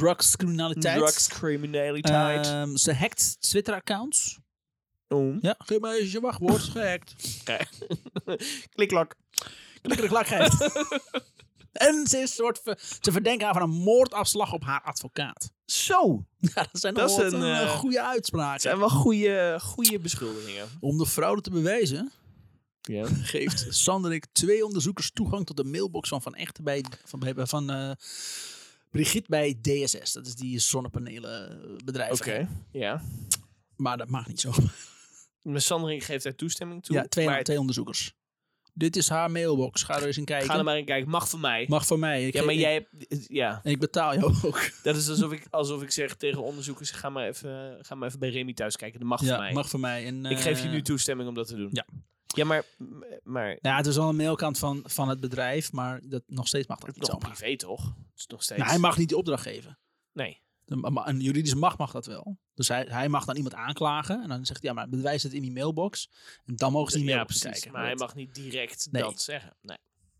drugscriminaliteit. Ze hackt Twitter-accounts. Ja, geef mij eens je wachtwoord. Gehackt. Klikklak. Klikklak gehackt. En ze verdenken haar van een moordafslag op haar advocaat. Zo. Ja, dat zijn een goede uitspraken. Dat zijn wel goede beschuldigingen. Om de fraude te bewijzen... geeft Sanderik 2 onderzoekers toegang tot de mailbox van Echten van Brigitte bij DSS. Dat is die zonnepanelenbedrijf. Oké, ja. Maar dat mag niet zo. Maar Sanderik geeft daar toestemming toe? Ja, 2 onderzoekers. Dit is haar mailbox. Ga er eens in kijken. Ga er maar in kijken. Mag van mij. Mag van mij. En ik betaal jou ook. Dat is alsof ik zeg tegen onderzoekers... Ga maar even bij Remy thuis kijken. Dat mag van mij. Mag van mij. En, ik geef je nu toestemming om dat te doen. Ja. Ja, maar... Ja, het is wel een mailkant van het bedrijf, maar nog steeds mag dat niet zo. Privé, toch? Het is nog steeds... Nou, hij mag niet die opdracht geven. Nee. Een juridische mag dat wel. Dus hij mag dan iemand aanklagen en dan zegt hij, ja, maar bewijs het in die mailbox. En dan mogen ze die mailbox kijken. Maar hij mag niet direct dat zeggen. Nee.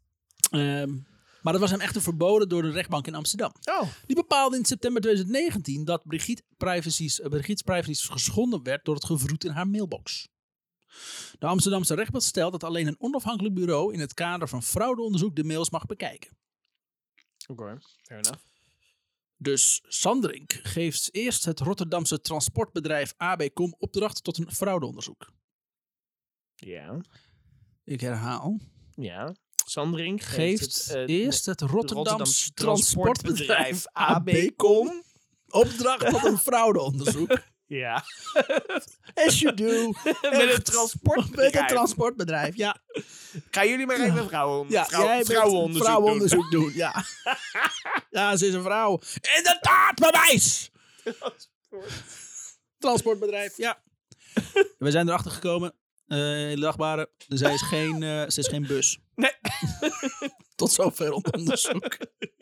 Maar dat was hem echter verboden door de rechtbank in Amsterdam. Die bepaalde in september 2019 dat Brigitte's privacy geschonden werd door het gevroet in haar mailbox. De Amsterdamse rechtbank stelt dat alleen een onafhankelijk bureau in het kader van fraudeonderzoek de mails mag bekijken. Oké, fair enough. Dus Sanderink geeft eerst het Rotterdamse transportbedrijf ABCom opdracht tot een fraudeonderzoek. Ja. Ik herhaal. Ja. Sanderink geeft eerst het Rotterdamse transportbedrijf ABCom opdracht tot een fraudeonderzoek. Ja. As you do. Met een transportbedrijf. Ja. Gaan jullie maar even vrouwenonderzoek doen. Ja. Ja, ze is een vrouw. Inderdaad, bewijs! Transportbedrijf, ja. We zijn erachter gekomen. Dagbare. Zij is geen bus. Nee. Tot zover ons onderzoek.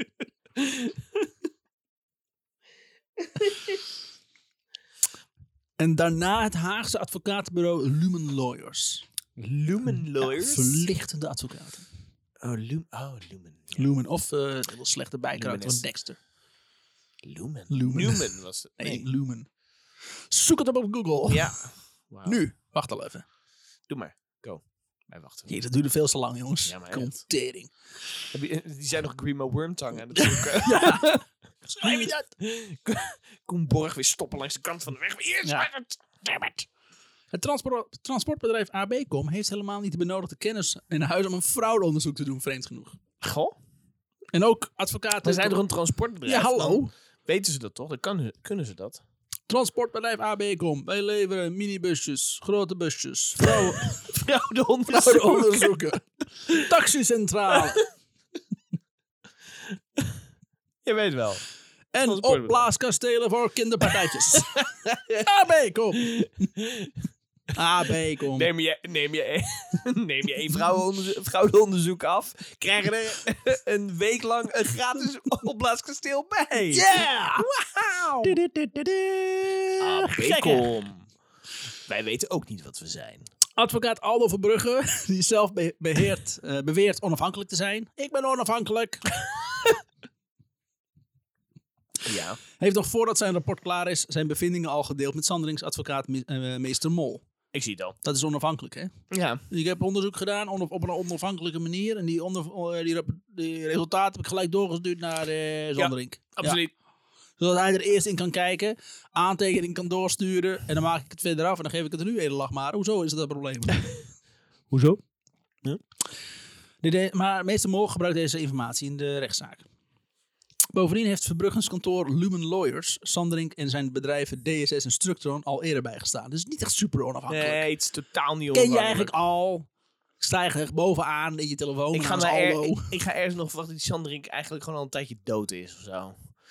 En daarna het Haagse advocatenbureau Lumen Lawyers. Lumen Lawyers? Ja, verlichtende advocaten. Lumen. Ja. Lumen. Of een heel slechte bijkarakter van Dexter. Lumen was het. Nee, Lumen. Zoek het op Google. Ja. Wow. Nu. Wacht al even. Doe maar. Go. Wij wachten. Jee, dat duurde veel te lang, jongens. Ja, maar Comptering. Die zijn nog Grimo Wormtang aan het zoeken. Ja. Schrijf je dat? Koen Borg weer stoppen langs de kant van de weg. Het transportbedrijf ABCom heeft helemaal niet de benodigde kennis in huis om een fraudeonderzoek te doen, vreemd genoeg. Goh. En ook advocaten... We zijn er een transportbedrijf. Ja, hallo. Weten ze dat toch? Dan kunnen ze dat. Transportbedrijf ABCom. Wij leveren minibusjes, grote busjes, fraudeonderzoeken. Taxicentrale. Je weet wel. En opblaaskastelen voor kinderpartijtjes. ABCom. ABCom. Neem je een fraudeonderzoek af. Krijgen er een week lang een gratis opblaaskasteel bij. Yeah! Wauw! ABCom. Wij weten ook niet wat we zijn. Advocaat Aldo Verbrugge, die zelf beweert onafhankelijk te zijn. Ik ben onafhankelijk. Ja. Heeft nog voordat zijn rapport klaar is, zijn bevindingen al gedeeld met Sanderings advocaat meester Mol. Ik zie het al. Dat is onafhankelijk, hè? Ja. Ik heb onderzoek gedaan op een onafhankelijke manier. En die resultaten heb ik gelijk doorgestuurd naar Sanderink. Ja, absoluut. Ja. Zodat hij er eerst in kan kijken, aantekening kan doorsturen. En dan maak ik het verder af en dan geef ik het er nu lach maar. Hoezo is dat een probleem? Hoezo? Ja. Maar meester Mol gebruikt deze informatie in de rechtszaak. Bovendien heeft Verbruggens kantoor Lumen Lawyers Sanderink en zijn bedrijven DSS en Structron al eerder bijgestaan. Dus niet echt super onafhankelijk. Nee, het is totaal niet onafhankelijk. Ken je eigenlijk al? Sta je echt bovenaan in je telefoon? Ik ga ergens nog verwachten dat die Sanderink eigenlijk gewoon al een tijdje dood is of zo.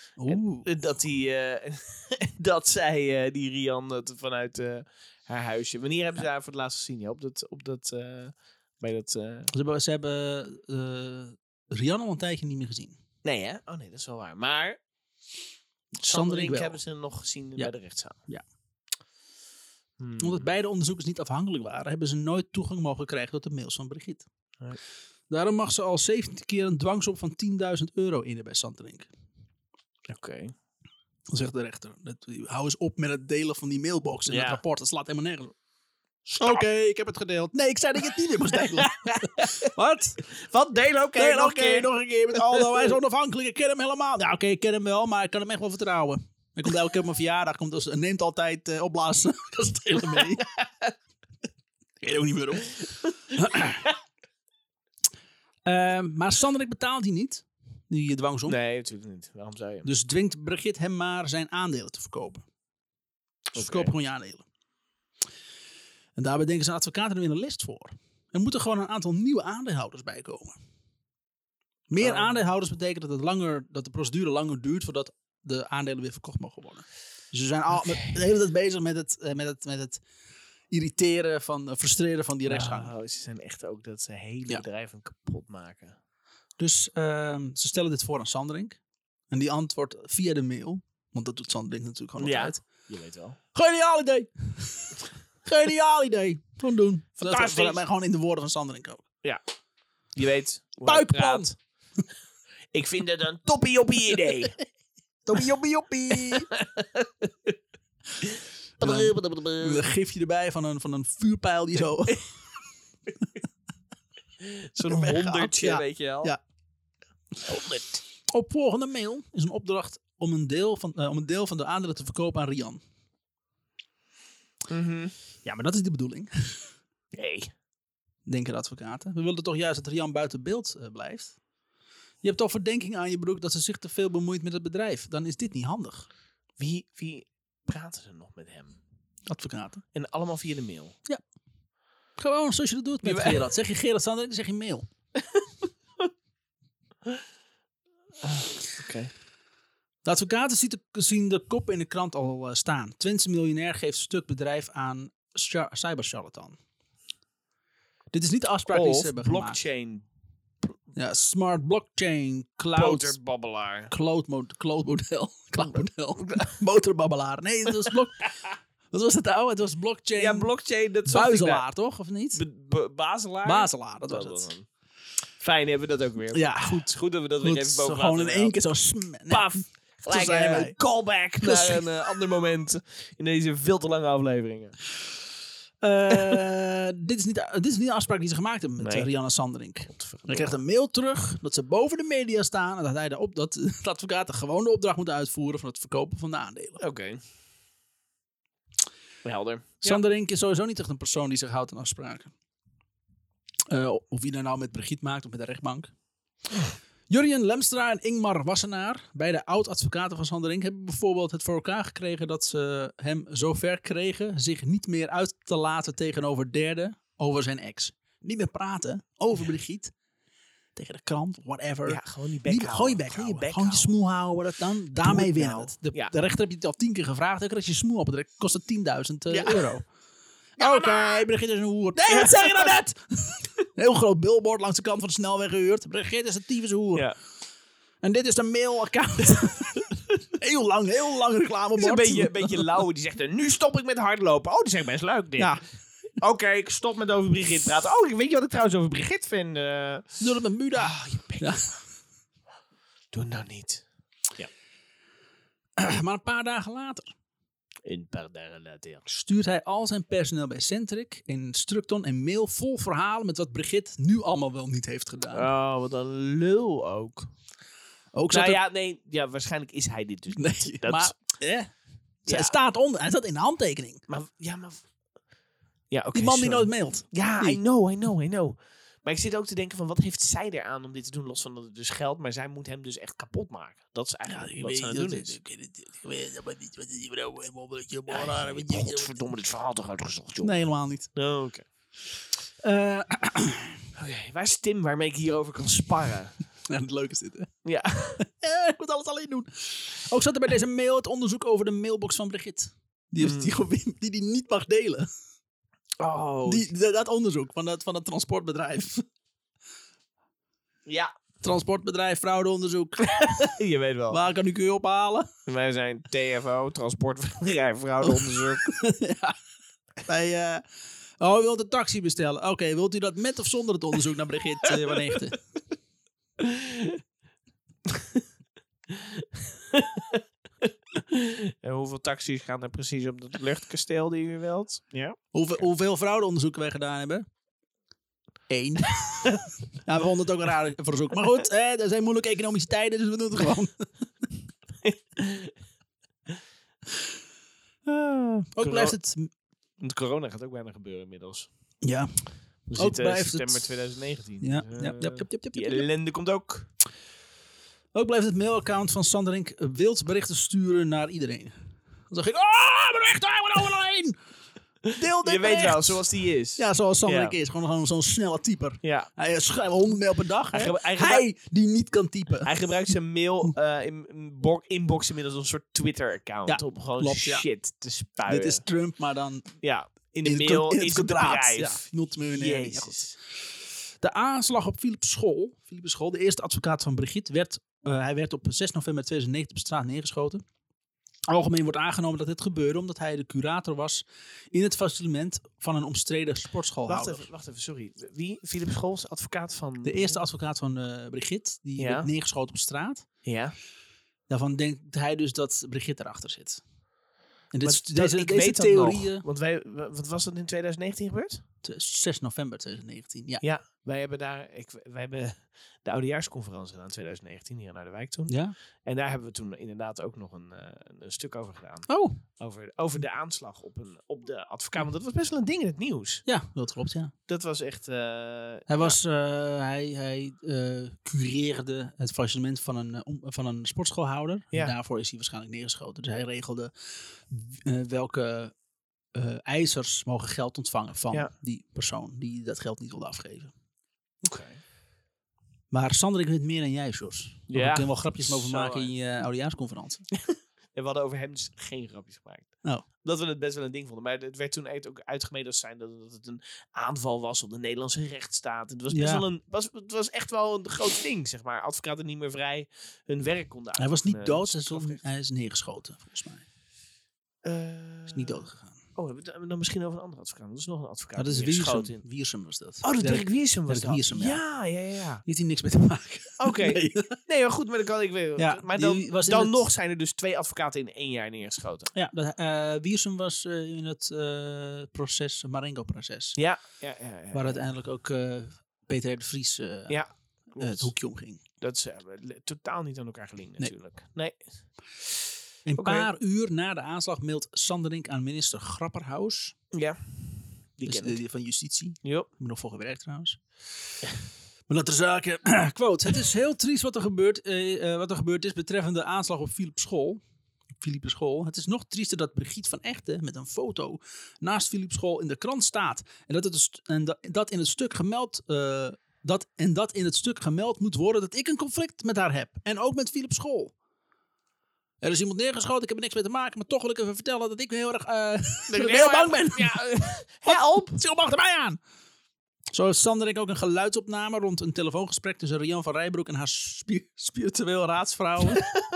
Dat zij, die Rian, vanuit haar huisje. Wanneer hebben ze haar voor het laatst gezien? Ja, Ze hebben Rian al een tijdje niet meer gezien. Nee, hè? Oh nee, dat is wel waar. Maar Sanderink hebben ze nog gezien bij de rechtszaal. Ja. Omdat beide onderzoekers niet afhankelijk waren, hebben ze nooit toegang mogen krijgen tot de mails van Brigitte. Nee. Daarom mag ze al 17 keer een dwangsom van €10.000 innen bij Sanderink. Oké. Dan zegt de rechter, hou eens op met het delen van die mailbox in het rapport. Dat slaat helemaal nergens op. Oké, ik heb het gedeeld. Nee, ik zei dat je het niet meer moest delen. Wat? Wat? Delen? Oké, nog een keer met Aldo. Hij is onafhankelijk. Ik ken hem helemaal. Ja, oké, ik ken hem wel, maar ik kan hem echt wel vertrouwen. Hij komt elke keer op mijn verjaardag. Neemt altijd opblazen. Dat is het hele mee. Ik weet ook niet meer op. Maar Sanderik betaalt hij niet. Die dwangsom. Nee, natuurlijk niet. Waarom zou je? Dus dwingt Brigitte hem maar zijn aandelen te verkopen. Ze verkopen gewoon je aandelen. En daarbij denken zijn advocaten er weer een list voor. Er moeten gewoon een aantal nieuwe aandeelhouders bij komen. Meer aandeelhouders betekent dat de procedure langer duurt voordat de aandelen weer verkocht mogen worden. Dus ze zijn de hele tijd bezig met het irriteren, frustreren van die rechtsgang. Ze zijn echt ook dat ze hele bedrijven kapot maken. Dus ze stellen dit voor aan Sanderink. En die antwoordt via de mail. Want dat doet Sanderink natuurlijk gewoon altijd. Je weet wel. Geniaal idee! Geniaal idee! Gewoon doen. Fantastisch. Maar gewoon in de woorden van Sanderink ook. Ja. Je weet. Puikpand! Ik vind het een toppie idee. Toppie. Een gifje erbij van een vuurpijl die zo... Zo'n 100, weet je wel. Ja. 100. Op volgende mail is een opdracht om een deel van de aandelen te verkopen aan Rian. Mm-hmm. Ja, maar dat is de bedoeling. Nee. Denken de advocaten. We willen toch juist dat Rian buiten beeld blijft. Je hebt toch verdenking aan je broek dat ze zich te veel bemoeit met het bedrijf. Dan is dit niet handig. Wie praten ze nog met hem? Advocaten. En allemaal via de mail? Ja. Gewoon zoals je dat doet met Gerard. Zeg je Gerard Sanderink, dan zeg je mail. Oké. De advocaten zien de kop in de krant al staan. Twentse miljonair geeft stuk bedrijf aan cybercharlatan. Dit is niet de afspraak die ze hebben blockchain. gemaakt. Ja, smart blockchain, cloud. Motorbabbelaar. Cloud model. Motorbabbelaar. Nee, het was wat was het nou? Het was blockchain. Ja, blockchain. Dat Buizelaar, toch? Of niet? Bazelaar? Bazelaar, dat was het. Fijn, hebben we dat ook weer. Ja, goed. Goed dat we dat weer even boven gewoon in één keer zo... Paf! Gelijk een callback naar een ander moment in deze veel te lange afleveringen. Dit is niet de afspraak die ze gemaakt hebben met Rianne Sanderink. Hij krijgt een mail terug dat ze boven de media staan en dat de advocaten gewoon de opdracht moeten uitvoeren van het verkopen van de aandelen. Oké. Helder. Sanderink is sowieso niet echt een persoon die zich houdt aan afspraken. Of wie dat nou met Brigitte maakt of met de rechtbank. Jurjen Lemstra en Ingmar Wassenaar, beide oud-advocaten van Sanderink, hebben bijvoorbeeld het voor elkaar gekregen dat ze hem zover kregen zich niet meer uit te laten tegenover derden over zijn ex. Niet meer praten over Brigitte. Tegen de krant, whatever. Ja, gewoon die bek Gewoon je bek houden. Gewoon je smoel houden. Daarmee winnen het. De rechter heb je het al 10 keer gevraagd. Ook als je smoel opdrukt, kost het €10.000. Oké, Brigitte is een hoer. Nee, wat zeg je nou net? Een heel groot billboard langs de kant van de snelweg gehuurd. Brigitte is een tyfus hoer. Ja. En dit is de mailaccount. heel lang reclamebord. Het is een beetje lauw. Die zegt, nu stop ik met hardlopen. Oh, die zegt best leuk dit. Ja. Oké, ik stop met over Brigitte praten. Oh, weet je wat ik trouwens over Brigitte vind? Doe het met Muda. Doe het nou niet. Ja. Maar een paar dagen later later stuurt hij al zijn personeel bij Centric in Structon een mail vol verhalen met wat Brigitte nu allemaal wel niet heeft gedaan. Oh, wat een lul ook. Waarschijnlijk is hij dit dus niet. Maar hij staat onder. Hij staat in de handtekening. Maar die man die nooit mailt. Ja, I know. Maar ik zit ook te denken van, wat heeft zij eraan om dit te doen? Los van dat het dus geldt, maar zij moet hem dus echt kapot maken. Dat is eigenlijk wat ze aan het doen is. Godverdomme, dit verhaal toch uitgezocht, joh? Nee, helemaal niet. Oh, oké. Waar is Tim waarmee ik hierover kan sparren? Ja, het leuke is dit, hè? Ja. Ik moet alles alleen doen. Ook zat er bij deze mail het onderzoek over de mailbox van Brigitte. Die niet mag delen. Oh. Dat onderzoek van het transportbedrijf. Ja. Transportbedrijf, fraudeonderzoek. Je weet wel. Waar kan ik u ophalen? Wij zijn TFO, transportbedrijf, fraudeonderzoek. Ja. Wij, u wilt een taxi bestellen. Oké, wilt u dat met of zonder het onderzoek naar Brigitte van Eegte? En hoeveel taxis gaan er precies op dat luchtkasteel die u wilt? Ja. Hoeveel fraudeonderzoeken wij gedaan hebben? 1. Ja, we vonden het ook een raar verzoek. Maar goed, er zijn moeilijke economische tijden, dus we doen het gewoon. Ook blijft het... Want corona gaat ook bijna gebeuren inmiddels. Ja. We zitten september 2019. Ja. Die ellende komt ook. Ook blijft het mailaccount van Sanderink wild berichten sturen naar iedereen. Dan zeg ik, berichten, ik ben overal heen! Deel dit Je weet bericht. wel, zoals die is. Ja, zoals Sanderink is. Gewoon zo'n snelle typer. Ja. Hij schrijft 100 mail per dag. Hij die niet kan typen. Hij gebruikt zijn mail inbox inmiddels als een soort Twitter-account. Om gewoon shit te spuien. Dit is Trump, maar dan... Ja, in de mail is het bedrijf. Ja, multimiljonair. Jezus. De aanslag op Philippe School, de eerste advocaat van Brigitte, hij werd op 6 november 2019 op straat neergeschoten. Algemeen wordt aangenomen dat dit gebeurde omdat hij de curator was in het faillissement van een omstreden sportschoolhouder. Wacht even, sorry. Wie? Philippe School, advocaat van... De eerste advocaat van Brigitte, die werd neergeschoten op straat. Ja. Daarvan denkt hij dus dat Brigitte erachter zit. En deze theorieën... Want wat was dat in 2019 gebeurd? 6 november 2019, ja. Ja, wij hebben de oudejaarsconferentie gedaan in 2019 hier naar de wijk toen. Ja. En daar hebben we toen inderdaad ook nog een stuk over gedaan. Oh. Over de aanslag op de advocaat. Want dat was best wel een ding in het nieuws. Ja, dat klopt, ja. Dat was echt... Hij cureerde het faillissement van een sportschoolhouder. Ja. En daarvoor is hij waarschijnlijk neergeschoten. Dus hij regelde welke eisers mogen geld ontvangen van die persoon die dat geld niet wilde afgeven. Oké. Maar Sander, ik weet meer dan jij, Jos. Ja. Ik kan wel grapjes over maken in je oudejaarsconferentie. En we hadden over hem dus geen grapjes gemaakt. Oh. Dat we het best wel een ding vonden. Maar het werd toen ook uitgemeten als zijn dat het een aanval was op de Nederlandse rechtsstaat. Het was best wel het was echt wel een groot ding, zeg maar. Advocaten niet meer vrij hun werk konden Hij was niet dood, hij is neergeschoten, volgens mij. Hij is niet dood gegaan. Oh, hebben we dan misschien over een andere advocaat? Dat is nog een advocaat. Dat is Wiersum was dat. Oh, dat Dirk Wiersum was dat. Wiersum, ja. Die heeft hier niks mee te maken. Oké. Nee, maar goed, maar dan kan ik weer. Ja, maar dan nog zijn er dus 2 advocaten in 1 jaar neergeschoten. Ja, Wiersum was in het proces, Marengo-proces. Ja. Waar uiteindelijk ook Peter R. de Vries het hoekje omging. Dat is totaal niet aan elkaar gelinkt natuurlijk. Nee. Een paar uur na de aanslag meldt Sanderink aan minister Grapperhaus. Ja. Die van Justitie. Ja. Ik heb nog voor gewerkt trouwens. Maar dat er zaken... Quote. Het is heel triest wat er gebeurd is betreffende de aanslag op Philippe School. Het is nog triester dat Brigitte van Egten met een foto naast Philippe School in de krant staat. En dat in het stuk gemeld... dat in het stuk gemeld moet worden dat ik een conflict met haar heb. En ook met Philippe School. Er is iemand neergeschoten, ik heb er niks mee te maken, maar toch wil ik even vertellen dat ik heel erg heel bang ben. Ja, help! Ze komt achter mij aan. Zo heeft Sanderink ook een geluidsopname rond een telefoongesprek tussen Rian van Rijbroek en haar spiritueel raadsvrouw.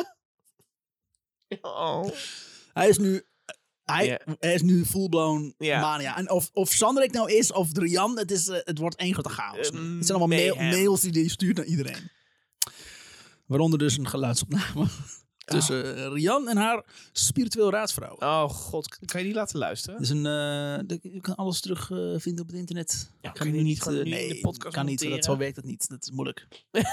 Hij is nu full-blown mania. En of Sanderink nou is of Rian, het wordt één grote chaos. Het zijn allemaal mails die hij stuurt naar iedereen. Waaronder dus een geluidsopname. Tussen Rian en haar spiritueel raadsvrouw. Oh god, kan je die laten luisteren? Dus je kan alles terugvinden op het internet. Ja, kan je niet in de podcast kan monteren? niet. Zo werkt het niet. Dat is moeilijk.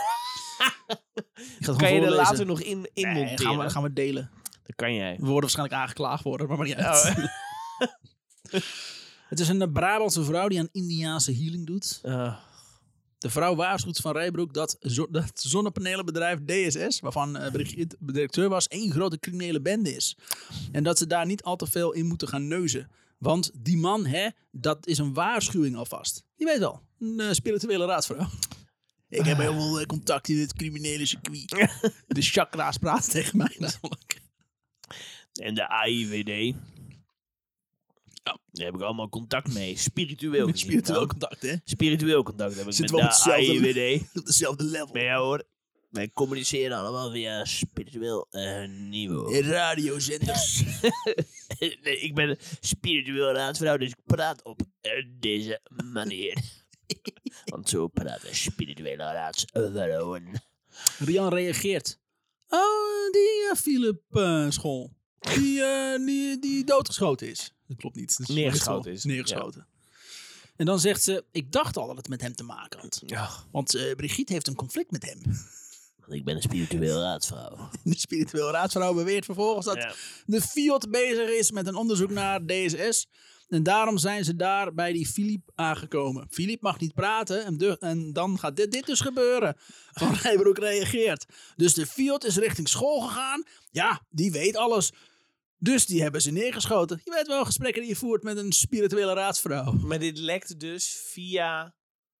Kan je er later nog in monteren? Gaan we delen. Dat kan jij. We worden waarschijnlijk aangeklaagd worden, maar niet uit. Het is een Brabantse vrouw die aan Indiaanse healing doet. De vrouw waarschuwt van Rijbroek dat zonnepanelenbedrijf DSS, waarvan Brigitte directeur was, één grote criminele bende is. En dat ze daar niet al te veel in moeten gaan neuzen. Want die man, dat is een waarschuwing alvast. Je weet wel, een spirituele raadsvrouw. Ik heb heel veel contact in het criminele circuit. De chakra's praten tegen mij namelijk. En de AIVD. Daar heb ik allemaal contact mee. Spiritueel contact, hè? Spiritueel contact heb ik zit met de AIVD. Op dezelfde level. Maar ja hoor, wij communiceren allemaal via spiritueel niveau. Radiozenders. Nee, ik ben een spiritueel raadsvrouw, dus ik praat op deze manier. Want zo praten spirituele raadsvrouwen. Rian reageert Oh, die Philip school. Die doodgeschoten is. Dat klopt niet. Dat is Neergeschoten is. Neergeschoten. Ja. En dan zegt ze, ik dacht al dat het met hem te maken had. Ja. Want Brigitte heeft een conflict met hem. Ik ben een spiritueel raadsvrouw. De spiritueel raadsvrouw beweert vervolgens dat de Fiat bezig is met een onderzoek naar DSS. En daarom zijn ze daar bij die Philippe aangekomen. Philippe mag niet praten en dan gaat dit dus gebeuren. Van Rijbroek reageert. Dus de Fiat is richting school gegaan. Ja, die weet alles. Dus die hebben ze neergeschoten. Je weet wel gesprekken die je voert met een spirituele raadsvrouw. Maar dit lekt dus via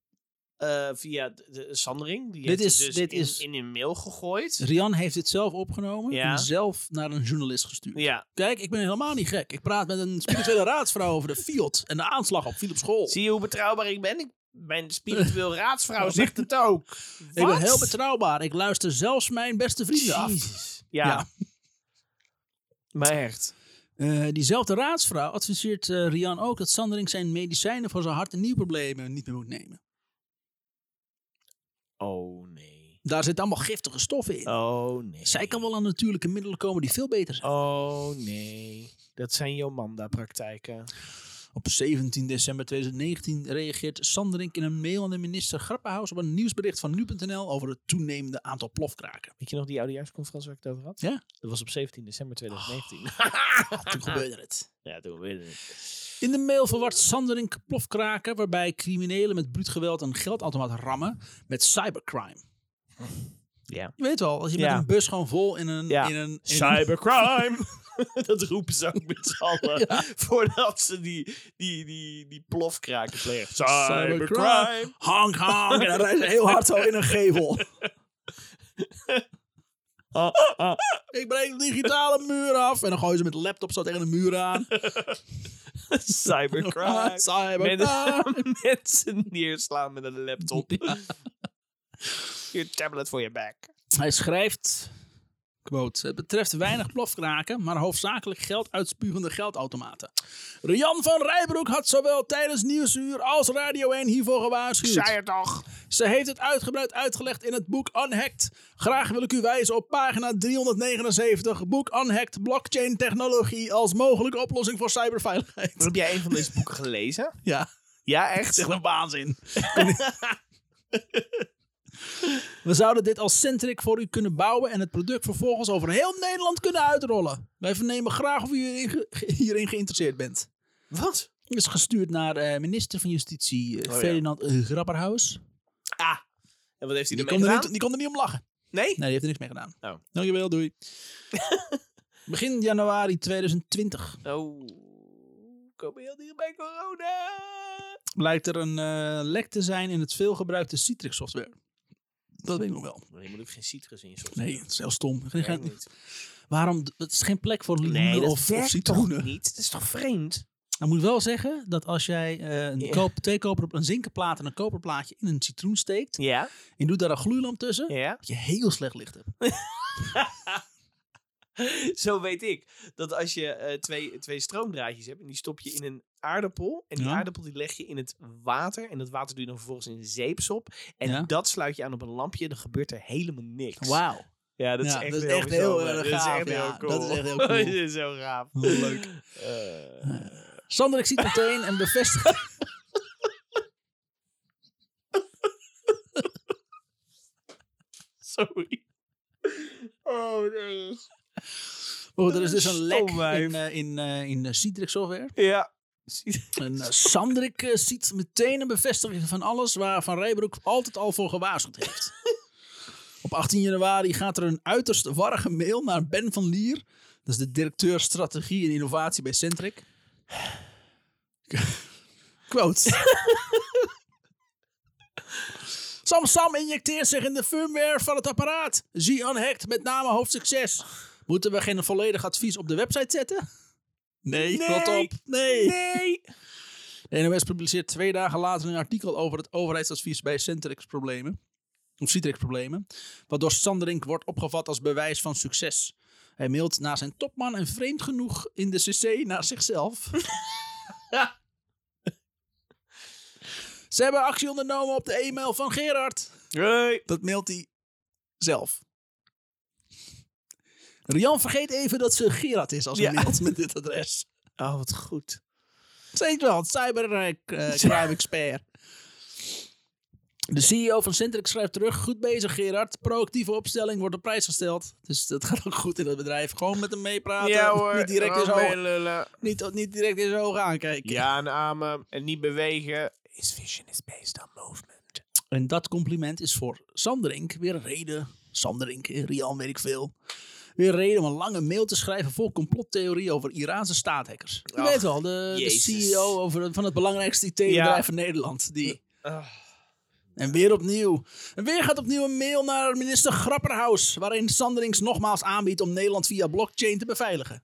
de Sandring. Die dit is in een mail gegooid. Rian heeft het zelf opgenomen en zelf naar een journalist gestuurd. Ja. Kijk, ik ben helemaal niet gek. Ik praat met een spirituele raadsvrouw over de Fiat en de aanslag op Philips school. Zie je hoe betrouwbaar ik ben? Mijn spiritueel raadsvrouw zegt het ook. Wat? Ik ben heel betrouwbaar. Ik luister zelfs mijn beste vrienden af. Ja. Maar echt. Diezelfde raadsvrouw adviseert Rian ook dat Sandring zijn medicijnen voor zijn hart- en nierproblemen niet meer moet nemen. Oh nee. Daar zitten allemaal giftige stoffen in. Oh nee. Zij kan wel aan natuurlijke middelen komen die veel beter zijn. Oh nee. Dat zijn Jomanda-praktijken. Op 17 december 2019 reageert Sanderink in een mail aan de minister Grapperhaus op een nieuwsbericht van nu.nl over het toenemende aantal plofkraken. Weet je nog die oudejaarsconferentie waar ik het over had? Ja. Dat was op 17 december 2019. Toen gebeurde het. Ja, toen gebeurde het. In de mail verwart Sanderink plofkraken waarbij criminelen met bruut geweld een geldautomaat rammen met cybercrime. Ja. Je weet wel, als je met een bus gewoon vol in een cybercrime! Dat roepen ze ook met z'n allen. Ja. Voordat ze die plofkraken plegen. Cybercrime! Honk, honk. En dan rijden ze heel hard zo in een gevel. Ik breek de digitale muur af. En dan gooien ze met de laptop zo tegen de muur aan. Cybercrime. Mensen neerslaan met een laptop. Ja. Je tablet voor je bek. Hij schrijft... Quote, het betreft weinig plofkraken, maar hoofdzakelijk geld uitspugende geldautomaten. Rian van Rijbroek had zowel tijdens Nieuwsuur als Radio 1 hiervoor gewaarschuwd. Zei het toch? Ze heeft het uitgebreid uitgelegd in het boek Unhacked. Graag wil ik u wijzen op pagina 379. Boek Unhacked, blockchain technologie als mogelijke oplossing voor cyberveiligheid. Heb jij een van deze boeken gelezen? Ja. Ja, echt? Het is echt een waanzin. We zouden dit als Centric voor u kunnen bouwen en het product vervolgens over heel Nederland kunnen uitrollen. Wij vernemen graag of u hierin geïnteresseerd bent. Wat? Het is gestuurd naar minister van Justitie Ferdinand Grapperhaus. Ah, en wat heeft hij ermee gedaan? Die kon er niet om lachen. Nee? Nee, die heeft er niks mee gedaan. Oh. Dankjewel, doei. Begin januari 2020. Oh, kom heel dicht bij corona. Blijkt er een lek te zijn in het veelgebruikte Citrix software. Dat weet ik nog wel. Je moet ook geen citrus in je software. Nee, het is heel stom. Waarom? Het is geen plek voor limoenen of citroenen. Niet. Dat is toch vreemd? Ik moet wel zeggen dat als jij een zinkenplaat en een koperplaatje in een citroen steekt. Ja. En je doet daar een gloeilamp tussen. Ja. Dat je heel slecht licht hebt. Zo weet ik dat als je twee stroomdraadjes hebt en die stop je in een aardappel en die aardappel die leg je in het water en dat water doe je dan vervolgens in zeepsop en dat sluit je aan op een lampje, dan gebeurt er helemaal niks. Wauw. Ja, dat is echt heel gaaf. Dat is echt heel cool. Dat is echt heel cool. Dat is zo gaaf. Leuk. Sander, ik zie meteen en bevestig. Sorry. Oh, nee. Oh, er is dus een lek in de Citrix software. Ja. En Sandrik ziet meteen een bevestiging van alles waar Van Rijbroek altijd al voor gewaarschuwd heeft. Op 18 januari gaat er een uiterst warrige mail naar Ben van Lier. Dat is de directeur strategie en innovatie bij Centric. Quote. Sam injecteert zich in de firmware van het apparaat. Zie Unhacked, met name hoofdstuk 6. Moeten we geen volledig advies op de website zetten? Nee, rot op. Nee. De NOS publiceert 2 dagen later een artikel over het overheidsadvies bij Citrix-problemen. Wat door Sanderink wordt opgevat als bewijs van succes. Hij mailt naar zijn topman en vreemd genoeg in de cc naar zichzelf. Ze hebben actie ondernomen op de e-mail van Gerard. Hey. Dat mailt hij zelf. Rian vergeet even dat ze Gerard is als iemand met dit adres. Oh, wat goed. Zeker wel, cybercrime expert. De CEO van Centric schrijft terug. Goed bezig, Gerard. Proactieve opstelling wordt op prijs gesteld. Dus dat gaat ook goed in het bedrijf. Gewoon met hem meepraten. Ja hoor. Niet direct in zijn niet direct in zijn ogen aankijken. Ja en amen. En niet bewegen. His vision is based on movement. En dat compliment is voor Sanderink weer een reden. Sanderink, Rian, weet ik veel. Weer een reden om een lange mail te schrijven vol complottheorie over Iraanse staathackers. Je weet wel, de CEO van het belangrijkste IT-bedrijf van Nederland. En weer opnieuw. En weer gaat opnieuw een mail naar minister Grapperhaus, waarin Sanderings nogmaals aanbiedt om Nederland via blockchain te beveiligen.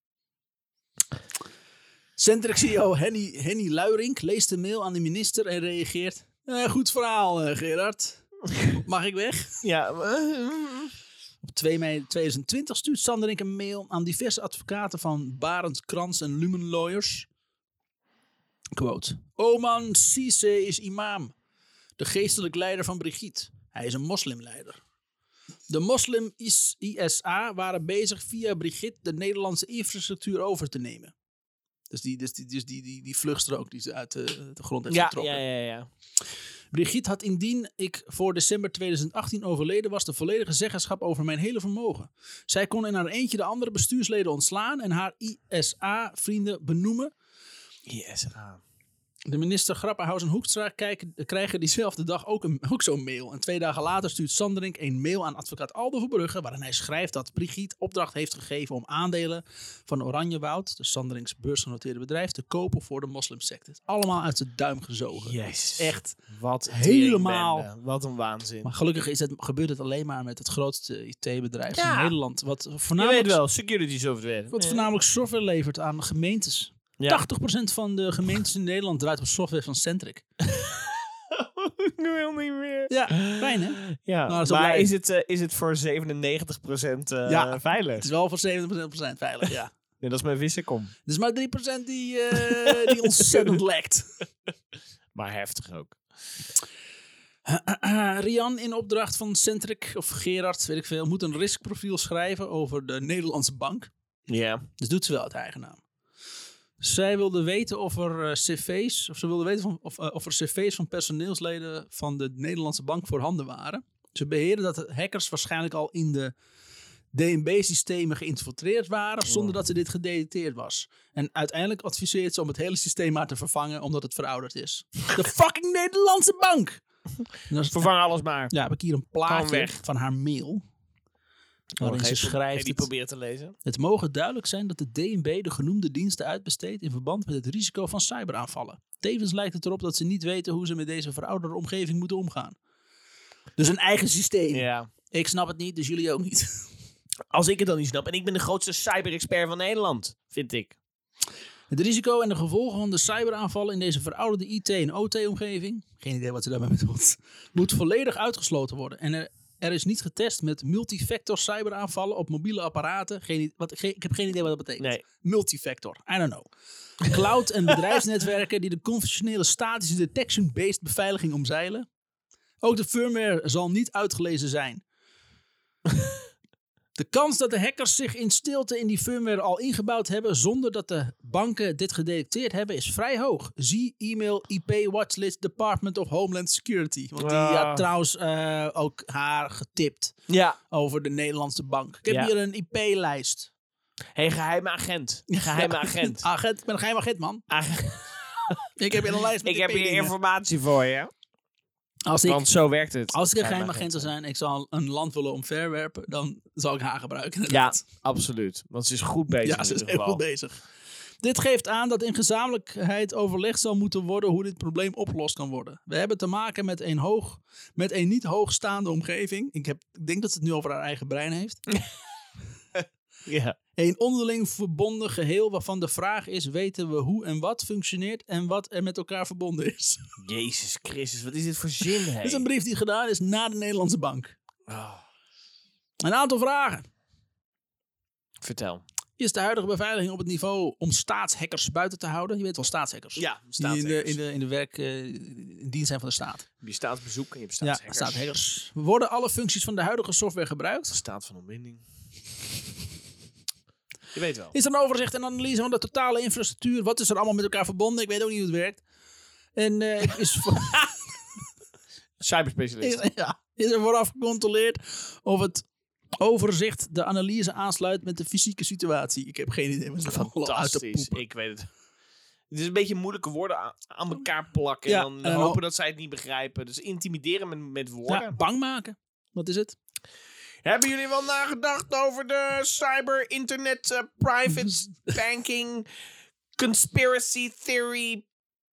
Centric CEO Henny Luirink leest de mail aan de minister en reageert. Goed verhaal, Gerard. Mag ik weg? Ja. Op 2 mei 2020 stuurt Sanderink een mail aan diverse advocaten van Barend, Krans en Lumen Lawyers. Quote. Oman Sise is imam. De geestelijk leider van Brigitte. Hij is een moslimleider. De moslim ISA waren bezig via Brigitte de Nederlandse infrastructuur over te nemen. Dus die vluchtstrook die ze uit de grond heeft getrokken. Ja. Brigitte had indien ik voor december 2018 overleden was de volledige zeggenschap over mijn hele vermogen. Zij kon in haar eentje de andere bestuursleden ontslaan en haar ISA-vrienden benoemen. ISA. De minister Grapperhaus en Hoekstra krijgen diezelfde dag ook zo'n mail. En 2 dagen later stuurt Sanderink een mail aan advocaat Aldo Verbrugge, waarin hij schrijft dat Brigitte opdracht heeft gegeven om aandelen van Oranjewoud, de Sanderings beursgenoteerde bedrijf, te kopen voor de moslimsecte. Allemaal uit de duim gezogen. Jezus. Echt wat helemaal. Wat een waanzin. Maar gelukkig gebeurt het alleen maar met het grootste IT-bedrijf van Nederland. Wat voornamelijk, je weet wel, security software. Wat voornamelijk software levert aan gemeentes. Ja. 80% van de gemeentes in Nederland draait op software van Centric. Ik wil niet meer. Ja, fijn hè? Ja, nou, maar is het voor 97% veilig? Het is wel voor 70% veilig, ja. Nee, dat is mijn wisselkom. Dus maar 3% die ontzettend lekt. Maar heftig ook. Rian in opdracht van Centric, of Gerard, weet ik veel, moet een riskprofiel schrijven over de Nederlandse bank. Ja. Dus doet ze wel uit eigen naam. Zij wilde weten of er cv's, of er cv's van personeelsleden van de Nederlandse bank voorhanden waren. Ze beheerden dat de hackers waarschijnlijk al in de DNB-systemen geïnfiltreerd waren, zonder dat ze dit gedetecteerd was. En uiteindelijk adviseert ze om het hele systeem maar te vervangen, omdat het verouderd is. De fucking Nederlandse bank! Vervang alles maar. Ja, heb ik hier een plaatje van haar mail. Waarin ze schrijft... die proberen te lezen. Het mogen duidelijk zijn dat de DNB de genoemde diensten uitbesteedt in verband met het risico van cyberaanvallen. Tevens lijkt het erop dat ze niet weten hoe ze met deze verouderde omgeving moeten omgaan. Dus een eigen systeem. Ja. Ik snap het niet, dus jullie ook niet. Als ik het dan niet snap. En ik ben de grootste cyber-expert van Nederland, vind ik. Het risico en de gevolgen van de cyberaanvallen in deze verouderde IT- en OT-omgeving, geen idee wat ze daarmee bedoelt, moet volledig uitgesloten worden. En er is niet getest met multifactor cyberaanvallen op mobiele apparaten. Ik heb geen idee wat dat betekent. Nee. Multifactor, I don't know. Cloud- en bedrijfsnetwerken die de conventionele statische detection-based beveiliging omzeilen. Ook de firmware zal niet uitgelezen zijn. De kans dat de hackers zich in stilte in die firmware al ingebouwd hebben zonder dat de banken dit gedetecteerd hebben is vrij hoog. Zie e-mail IP Watchlist Department of Homeland Security. Want die had trouwens ook haar getipt over de Nederlandse bank. Ik heb hier een IP-lijst. Hey, geheime agent. Geheime agent. Ik ben een geheime agent, man. Ik heb hier een lijst met ik heb hier informatie voor je. Want zo werkt het. Als ik een geheim agent zou zijn en ik zou een land willen omverwerpen, dan zou ik haar gebruiken. Inderdaad. Ja, absoluut. Want ze is goed bezig. Ja, ze is echt goed bezig. Dit geeft aan dat in gezamenlijkheid overlegd zal moeten worden hoe dit probleem opgelost kan worden. We hebben te maken met een niet hoogstaande omgeving. Ik denk dat ze het nu over haar eigen brein heeft. Ja. Een onderling verbonden geheel waarvan de vraag is, weten we hoe en wat functioneert en wat er met elkaar verbonden is. Jezus Christus, wat is dit voor zin? Dit is een brief die gedaan is naar de Nederlandse bank. Oh. Een aantal vragen. Vertel. Is de huidige beveiliging op het niveau om staatshackers buiten te houden? Je weet wel, staatshackers. Ja, staatshackers. Die in de werk in dienst zijn van de staat. Je staatsbezoek en je hebt staatshackers. Ja, staatshackers. Worden alle functies van de huidige software gebruikt? Staat van ontbinding. Je weet wel. Is er een overzicht en analyse van de totale infrastructuur. Wat is er allemaal met elkaar verbonden? Ik weet ook niet hoe het werkt. En Cyberspecialist. Is er vooraf gecontroleerd of het overzicht de analyse aansluit met de fysieke situatie? Ik heb geen idee. Fantastisch. Ik weet het. Het is een beetje moeilijke woorden aan elkaar plakken. En dan hopen dat zij het niet begrijpen. Dus intimideren met woorden. Ja, bang maken. Wat is het? Hebben jullie wel nagedacht over de cyber, internet, private banking, conspiracy theory,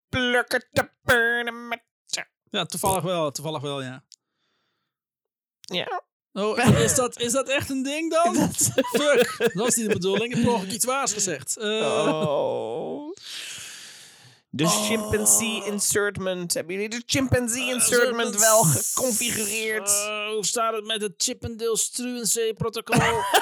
Ja, toevallig wel, ja. Ja. Oh, is dat echt een ding dan? Fuck, dat was niet de bedoeling. Ik heb nog iets waars gezegd. De chimpanzee insertment. Hebben jullie de chimpanzee insertment wel geconfigureerd? Hoe staat het met het Chippendale-Struensee-protocol?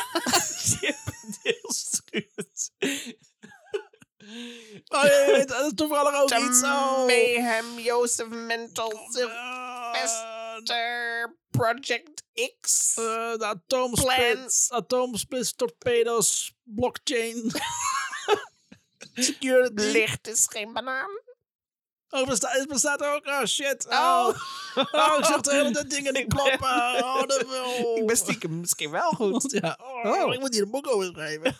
Chippendale-Struensee. Oh, je weet dat is toevallig ook iets. Mayhem, Joseph Mental, Sylvester, Project X. De atomsplits, torpedo's, blockchain. Security. Licht is geen banaan. Oh, het bestaat ook. Oh, shit. Oh, ik zag de hele tijd dingen niet kloppen. Ik ben stiekem misschien wel goed. Ja. Ik moet hier een boek over schrijven.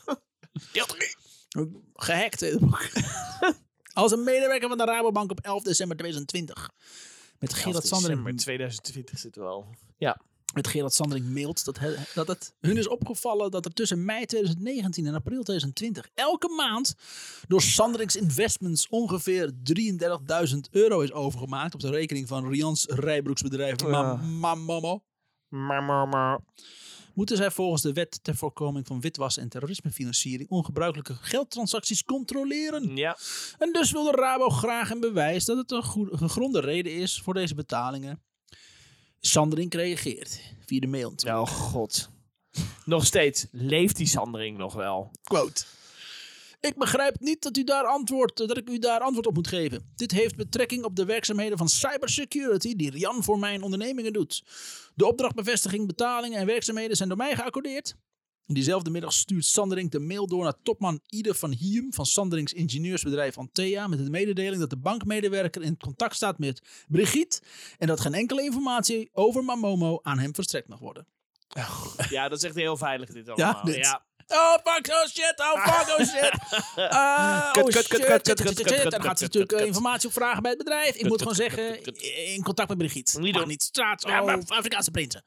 Gehackt in het boek. Als een medewerker van de Rabobank op 11 december 2020. Met Gerard Sandring. December 2020 zit wel. Ja. Met Gerard Sandring mailt dat het hun is opgevallen dat er tussen mei 2019 en april 2020 elke maand door Sandrings Investments ongeveer €33.000 is overgemaakt op de rekening van Rians Rijbroeksbedrijf Mamomo. Moeten zij volgens de wet ter voorkoming van witwassen en terrorismefinanciering ongebruikelijke geldtransacties controleren. Ja. En dus wil de Rabo graag een bewijs dat het een gegronde reden is voor deze betalingen. Sandring reageert via de mail. Oh god. Nog steeds. Leeft die Sandring nog wel? Quote. Ik begrijp niet dat ik u daar antwoord op moet geven. Dit heeft betrekking op de werkzaamheden van cybersecurity die Rian voor mijn ondernemingen doet. De opdrachtbevestiging, betalingen en werkzaamheden zijn door mij geaccordeerd. Diezelfde middag stuurt Sandring de mail door naar topman Ide van Hiem van Sandrings ingenieursbedrijf Antea met de mededeling dat de bankmedewerker in contact staat met Brigitte en dat geen enkele informatie over Mamomo aan hem verstrekt mag worden. Ja, dat is echt heel veilig dit allemaal. Ja. Oh, fuck, oh shit, Dan gaat ze natuurlijk informatie opvragen bij het bedrijf. Ik moet gewoon zeggen, in contact met Brigitte. Niet straat, Afrikaanse prinsen.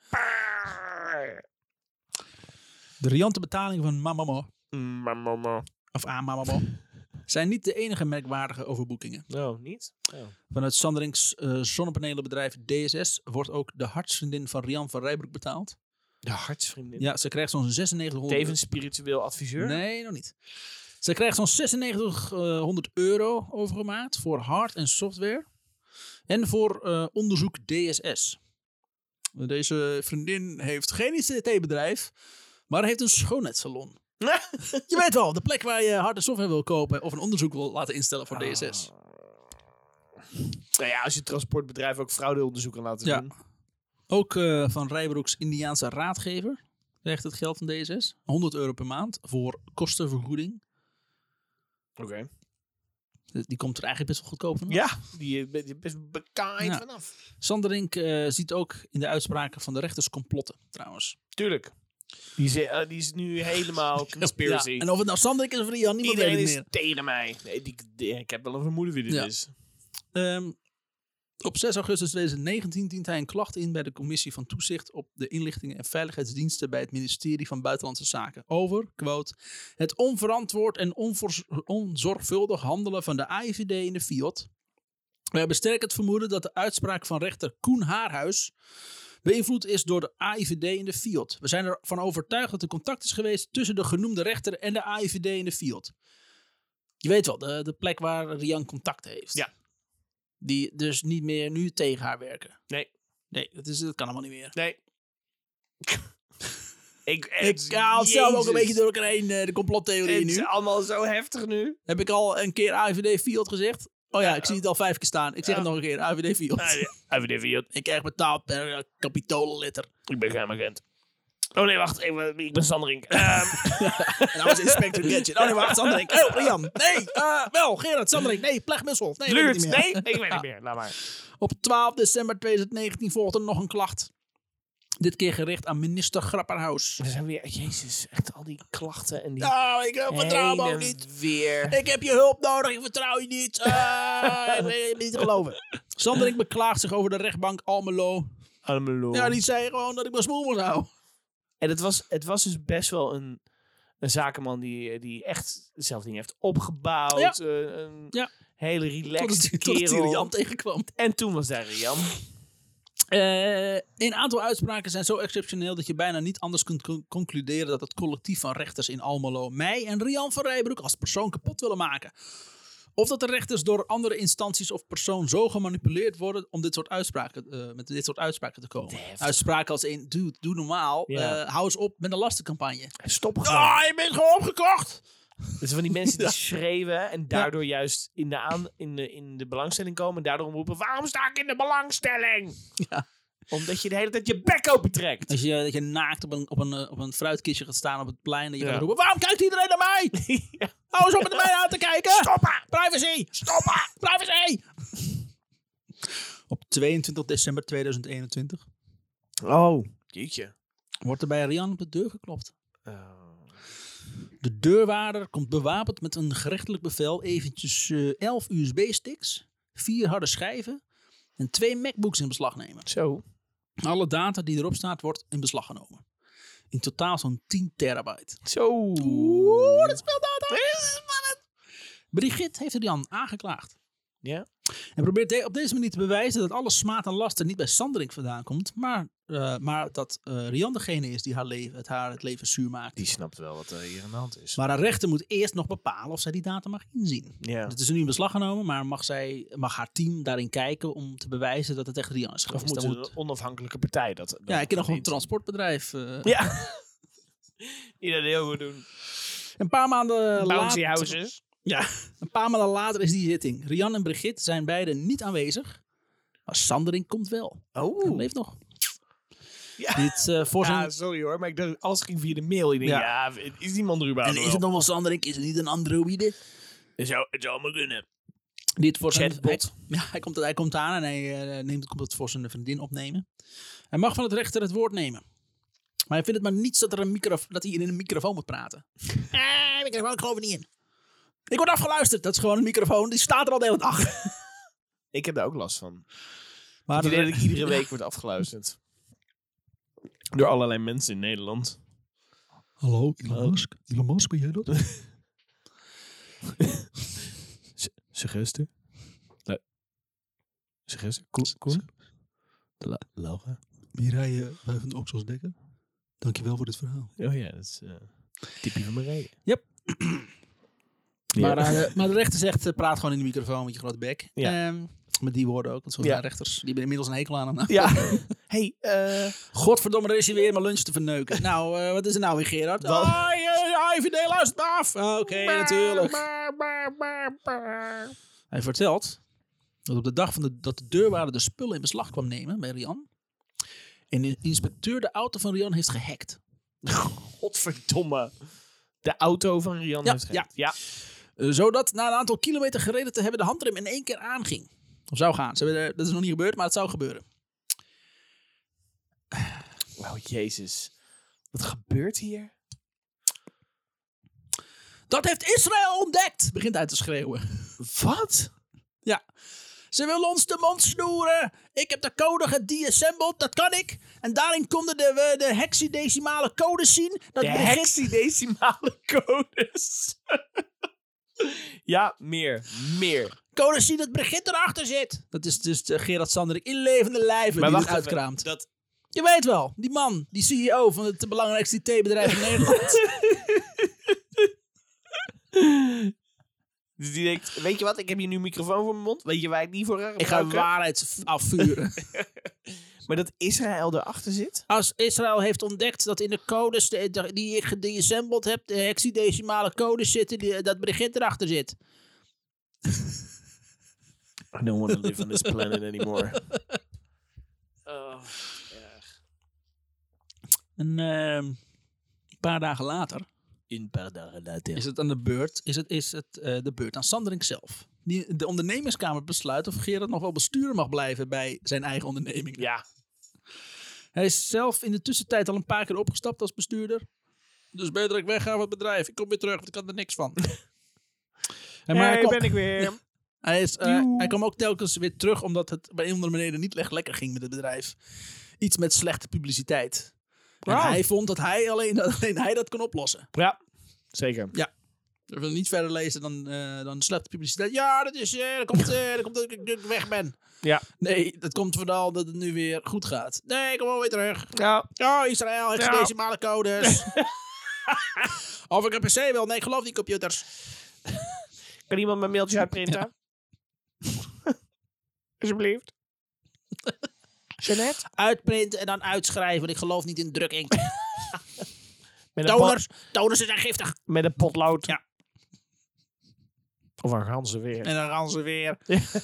De riante betalingen van Mamomo. Of aan Mamomo. Zijn niet de enige merkwaardige overboekingen. Oh, niet? Oh. Vanuit Sandrings zonnepanelenbedrijf DSS wordt ook de hartsvriendin van Rian van Rijbroek betaald. De hartsvriendin? Ja, ze krijgt zo'n 9600... Tevens spiritueel adviseur? Nee, nog niet. Ze krijgt zo'n €9600 overgemaakt voor hard- en software. En voor onderzoek DSS. Deze vriendin heeft geen ICT-bedrijf, maar heeft een schoonheidssalon. Je weet wel, de plek waar je hard- en software wil kopen of een onderzoek wil laten instellen voor DSS. Nou ja, als je transportbedrijf ook fraudeonderzoek kan laten doen. Ook van Rijbroeks Indiaanse raadgever krijgt het geld van DSS. €100 per maand voor kostenvergoeding. Oké. Die komt er eigenlijk best wel goedkoop vanaf. Ja, die is best bekaaid vanaf. Sanderink ziet ook in de uitspraken van de rechters complotten, trouwens. Tuurlijk. Die is nu helemaal conspiracy. Ja, en of het nou Sanderink is of Rian, niemand weet het meer. Iedereen is tegen mij. Nee, ik heb wel een vermoeden wie dit is. Op 6 augustus 2019 dient hij een klacht in bij de Commissie van Toezicht op de Inlichtingen en Veiligheidsdiensten bij het ministerie van Buitenlandse Zaken over, quote, het onverantwoord en onzorgvuldig handelen van de AIVD in de FIOD. We hebben sterk het vermoeden dat de uitspraak van rechter Koen Haarhuis beïnvloed is door de AIVD in de FIOD. We zijn ervan overtuigd dat er contact is geweest tussen de genoemde rechter en de AIVD in de FIOD. Je weet wel, de plek waar Rian contact heeft. Ja. Die dus niet meer nu tegen haar werken. Nee, dat kan allemaal niet meer. Nee. Ik haal zelf ook een beetje door elkaar heen de complottheorie nu. Het is allemaal zo heftig nu. Heb ik al een keer AIVD Field gezegd? Oh ja, ik zie het al 5 keer staan. Ik zeg het nog een keer, AIVD Field. AIVD Field. Ik krijg betaald per kapitolenletter. Ik ben geen agent. Oh nee, wacht. Even, ik ben Sanderink. En dan was Inspector Gadget. Oh nee, wacht, Sanderink. Oh, Rian. Nee, wel, Gerard, Sanderink. Nee, Plegmussel. Nee, Luurt. Nee, ik weet niet meer. Laat maar. Op 12 december 2019 volgde nog een klacht. Dit keer gericht aan minister Grapperhaus. We zijn weer... Jezus, echt al die klachten en die... Ik vertrouw me ook niet. Weer. Ik heb je hulp nodig, ik vertrouw je niet. Ik weet niet te geloven. Sanderink beklaagt zich over de rechtbank Almelo. Ja, die zei gewoon dat ik mijn smoel moest houden. En het was dus best wel een zakenman die echt zelf dingen heeft opgebouwd. Een hele relaxed kerel. Tot Rian tegenkwam. En toen was daar Rian. Een aantal uitspraken zijn zo exceptioneel dat je bijna niet anders kunt concluderen dat het collectief van rechters in Almelo mij en Rian van Rijbroek als persoon kapot willen maken. Of dat de rechters door andere instanties of persoon zo gemanipuleerd worden om met dit soort uitspraken te komen. Uitspraken als een, dude, doe normaal. Hou eens op met een lastencampagne. Stop gewoon. Je bent gewoon opgekocht. Dus van die mensen die schreeuwen en daardoor juist in de belangstelling komen. En daardoor roepen, waarom sta ik in de belangstelling? Ja. Omdat je de hele tijd je bek opentrekt. Als je naakt op een fruitkistje gaat staan op het plein en je gaat roepen, waarom kijkt iedereen naar mij? Hou eens op met mij aan te kijken. Stoppen. Privacy. Stoppen. Privacy. Op 22 december 2021. Oh, jeetje. Wordt er bij Rian op de deur geklopt. De deurwaarder komt bewapend met een gerechtelijk bevel eventjes 11 USB-sticks, 4 harde schijven en 2 MacBooks in beslag nemen. Zo. Alle data die erop staat wordt in beslag genomen. In totaal zo'n 10 terabyte. Zo. Oeh, dat speelt data. Brigitte heeft Rian aangeklaagd. Ja. En probeert op deze manier te bewijzen dat alle smaad en laster niet bij Sanderink vandaan komt, maar dat Rian degene is die het leven zuur maakt. Die snapt wel wat er hier aan de hand is. Maar een rechter moet eerst nog bepalen of zij die data mag inzien. Ja. Het is nu in beslag genomen, maar mag haar team daarin kijken om te bewijzen dat het echt Rian is geweest. Of moet een onafhankelijke partij dat ja, ik ken nog gewoon een transportbedrijf. Ja. Die dat heel goed doen. Een paar maanden Bouncy later... houses. Ja, een paar maanden later is die zitting. Rian en Brigitte zijn beiden niet aanwezig. Maar Sanderink komt wel. Oh. Hij leeft nog. Ja. Dit, voor zijn... sorry hoor, maar ik dacht, alles ging via de mail. Ik denk, is die man er überhaupt En is het nog wel Sanderink? Is het niet een androïde? Het zou maar kunnen. Dit voor zijn Chatbot. Hij komt aan en hij komt het voor zijn vriendin opnemen. Hij mag van het rechter het woord nemen. Maar hij vindt het maar niets dat hij in een microfoon moet praten. Ik geloof er niet in. Ik word afgeluisterd. Dat is gewoon een microfoon. Die staat er al de hele dag. Ik heb daar ook last van. Maar dat ik iedere week word afgeluisterd. Door allerlei mensen in Nederland. Hallo, Elon Musk. Elon Musk, ben jij dat? Suggestie? Suggestie? Koen? Laura? Mireille van de Oksels Dekker. Dankjewel voor dit verhaal. Oh ja, dat is tipje van Mireille. Yep. Ja. Maar de rechter zegt, praat gewoon in de microfoon met je grote bek. Ja. Met die woorden ook. Want zo'n rechters, die hebben inmiddels een hekel aan hem. Ja. Hey, godverdomme, er is hij weer mijn lunch te verneuken. Nou, wat is er nou weer, Gerard? IVD, luister me af. Oké, natuurlijk. Hij vertelt dat op de dag dat de deurwaarder de spullen in beslag kwam nemen bij Rian, en de inspecteur de auto van Rian heeft gehackt. Godverdomme. De auto van Rian heeft gehackt. Ja. Zodat na een aantal kilometer gereden te hebben de handrem in 1 keer aanging. Of zou gaan. Dat is nog niet gebeurd, maar het zou gebeuren. Oh, Jezus. Wat gebeurt hier? Dat heeft Israël ontdekt, begint hij te schreeuwen. Wat? Ja. Ze willen ons de mond snoeren. Ik heb de code gedessembled, dat kan ik. En daarin konden de hexadecimale codes zien. De hexadecimale codes? Ja, meer. Codes zien dat Brigitte erachter zit. Dat is dus Gerard Sanderink in levende lijven die dit uitkraamt. Je weet wel, die man, die CEO van het belangrijkste IT-bedrijf in Nederland. Dus die denkt, weet je wat, ik heb hier nu een microfoon voor mijn mond. Weet je waar ik die voor ga? Ik ga waarheid afvuren. Maar dat Israël erachter zit? Als Israël heeft ontdekt dat in de codes die ik gedessembled heb, de hexadecimale codes zitten, dat Brigitte erachter zit. I don't want to live on this planet anymore. Een paar dagen later is het aan de beurt, de beurt aan Sanderink zelf. De ondernemerskamer besluit of Gerard nog wel bestuurder mag blijven bij zijn eigen onderneming. Ja. Hij is zelf in de tussentijd al een paar keer opgestapt als bestuurder. Dus beter dat ik wegga van het bedrijf. Ik kom weer terug, want ik had er niks van. Maar ben ik weer. Hij kwam ook telkens weer terug omdat het bij een of andere manier niet echt lekker ging met het bedrijf. Iets met slechte publiciteit. En hij vond dat alleen hij dat kon oplossen. Ja, zeker. Ja. We willen niet verder lezen dan slechte publiciteit. Ja, dat komt dat ik weg ben. Ja. Nee, dat komt vooral dat het nu weer goed gaat. Nee, ik kom wel weer terug. Ja. Oh, Israël heeft decimale codes. Of ik een PC wil. Nee, ik geloof die computers. Kan iemand mijn mailtje uitprinten? Ja. Alsjeblieft. Jeanette? Uitprinten en dan uitschrijven. Want ik geloof niet in druk-inkt. Toners zijn giftig. Met een potlood. Ja. Of een ganzenweer. En dan gaan ze weer.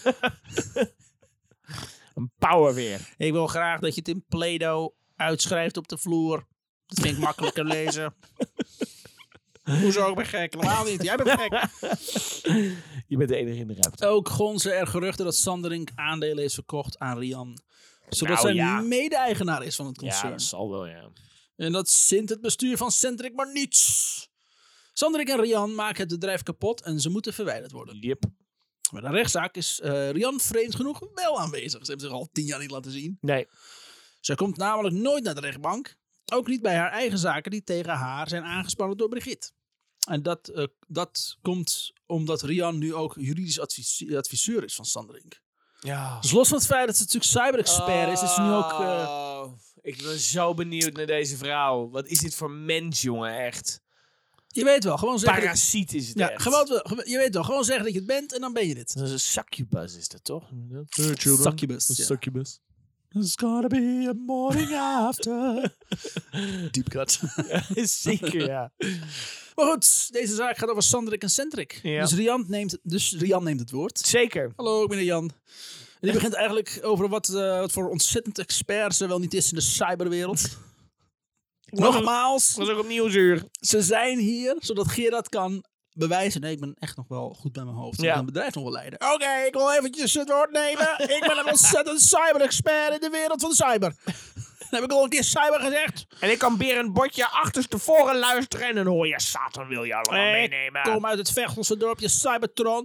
Een powerweer. Ik wil graag dat je het in Play-Doh uitschrijft op de vloer. Dat vind ik makkelijker lezen. Hoezo? Ik ben gek. Normaal niet. Jij bent gek. Je bent de enige in de ruimte. Ook gonzen er geruchten dat Sanderink aandelen heeft verkocht aan Rian. Zodat zij mede-eigenaar is van het concern. Ja, dat zal wel, ja. En dat zint het bestuur van Centric maar niets. Sanderink en Rian maken het bedrijf kapot en ze moeten verwijderd worden. Yep. Maar de rechtszaak is Rian vreemd genoeg wel aanwezig. Ze hebben zich al 10 jaar niet laten zien. Nee. Ze komt namelijk nooit naar de rechtbank. Ook niet bij haar eigen zaken die tegen haar zijn aangespannen door Brigitte. En dat komt omdat Rian nu ook juridisch adviseur is van Sanderink. Ja. Dus los van het feit dat ze natuurlijk cyber-expert is ze nu ook... Ik ben zo benieuwd naar deze vrouw. Wat is dit voor mens, jongen, echt? Je weet wel, gewoon zeggen... Parasiet is het echt. Je weet wel, gewoon zeggen dat je het bent en dan ben je dit. Dat is een succubus, is dat toch? Succubus. Succubus. There's gonna be a morning after. Deep cut. Zeker, ja. Maar goed, deze zaak gaat over Sanderink en Centric. Ja. Dus Rian neemt het woord. Zeker. Hallo, ik ben Jan. En die begint eigenlijk over wat voor ontzettend expert ze wel niet is in de cyberwereld. Nogmaals. Dat is ook opnieuw zuur. Ze zijn hier, zodat Gerard kan bewijzen. Nee, ik ben echt nog wel goed bij mijn hoofd. Ik kan het bedrijf nog wel leiden. Oké, ik wil eventjes het woord nemen. Ik ben een ontzettend cyber-expert in de wereld van de cyber. Heb ik al een keer cyber gezegd? En ik kan weer een bordje achterstevoren luisteren en dan hoor je Satan wil je allemaal meenemen. Kom uit het Vechtelse dorpje Cybertron.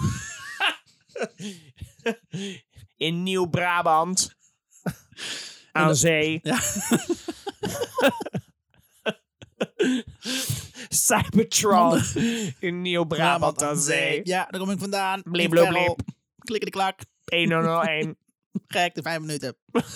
In Nieuw-Brabant. Aan zee. Ja. Cybertron. In Nieuw-Brabant aan zee. Ja, daar kom ik vandaan. Blip, blip, blip. Klikkende klak. 1001. Gek, de 5 minuten.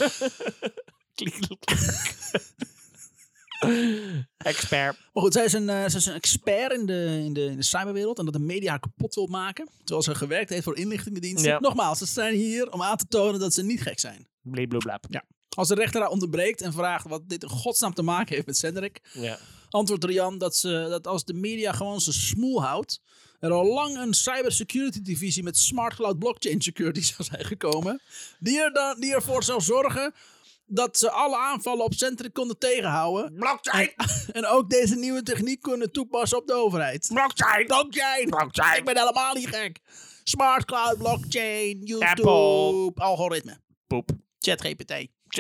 Expert. Maar goed, zij is een expert in de cyberwereld. En dat de media haar kapot wil maken. Terwijl ze gewerkt heeft voor inlichtingendiensten. Ja. Nogmaals, ze zijn hier om aan te tonen dat ze niet gek zijn. Blibloeblap. Ja. Als de rechter haar onderbreekt en vraagt wat dit in godsnaam te maken heeft met Centric. Ja. Antwoordt Rian dat als de media gewoon zijn smoel houdt. Er al lang een cybersecurity divisie met smart cloud blockchain security zou zijn gekomen. Die ervoor zou zorgen dat ze alle aanvallen op Centric konden tegenhouden. Blockchain! En ook deze nieuwe techniek kunnen toepassen op de overheid. Blockchain! Ik ben helemaal niet gek. Smart cloud blockchain, YouTube, Apple. algoritme. Poep. ChatGPT.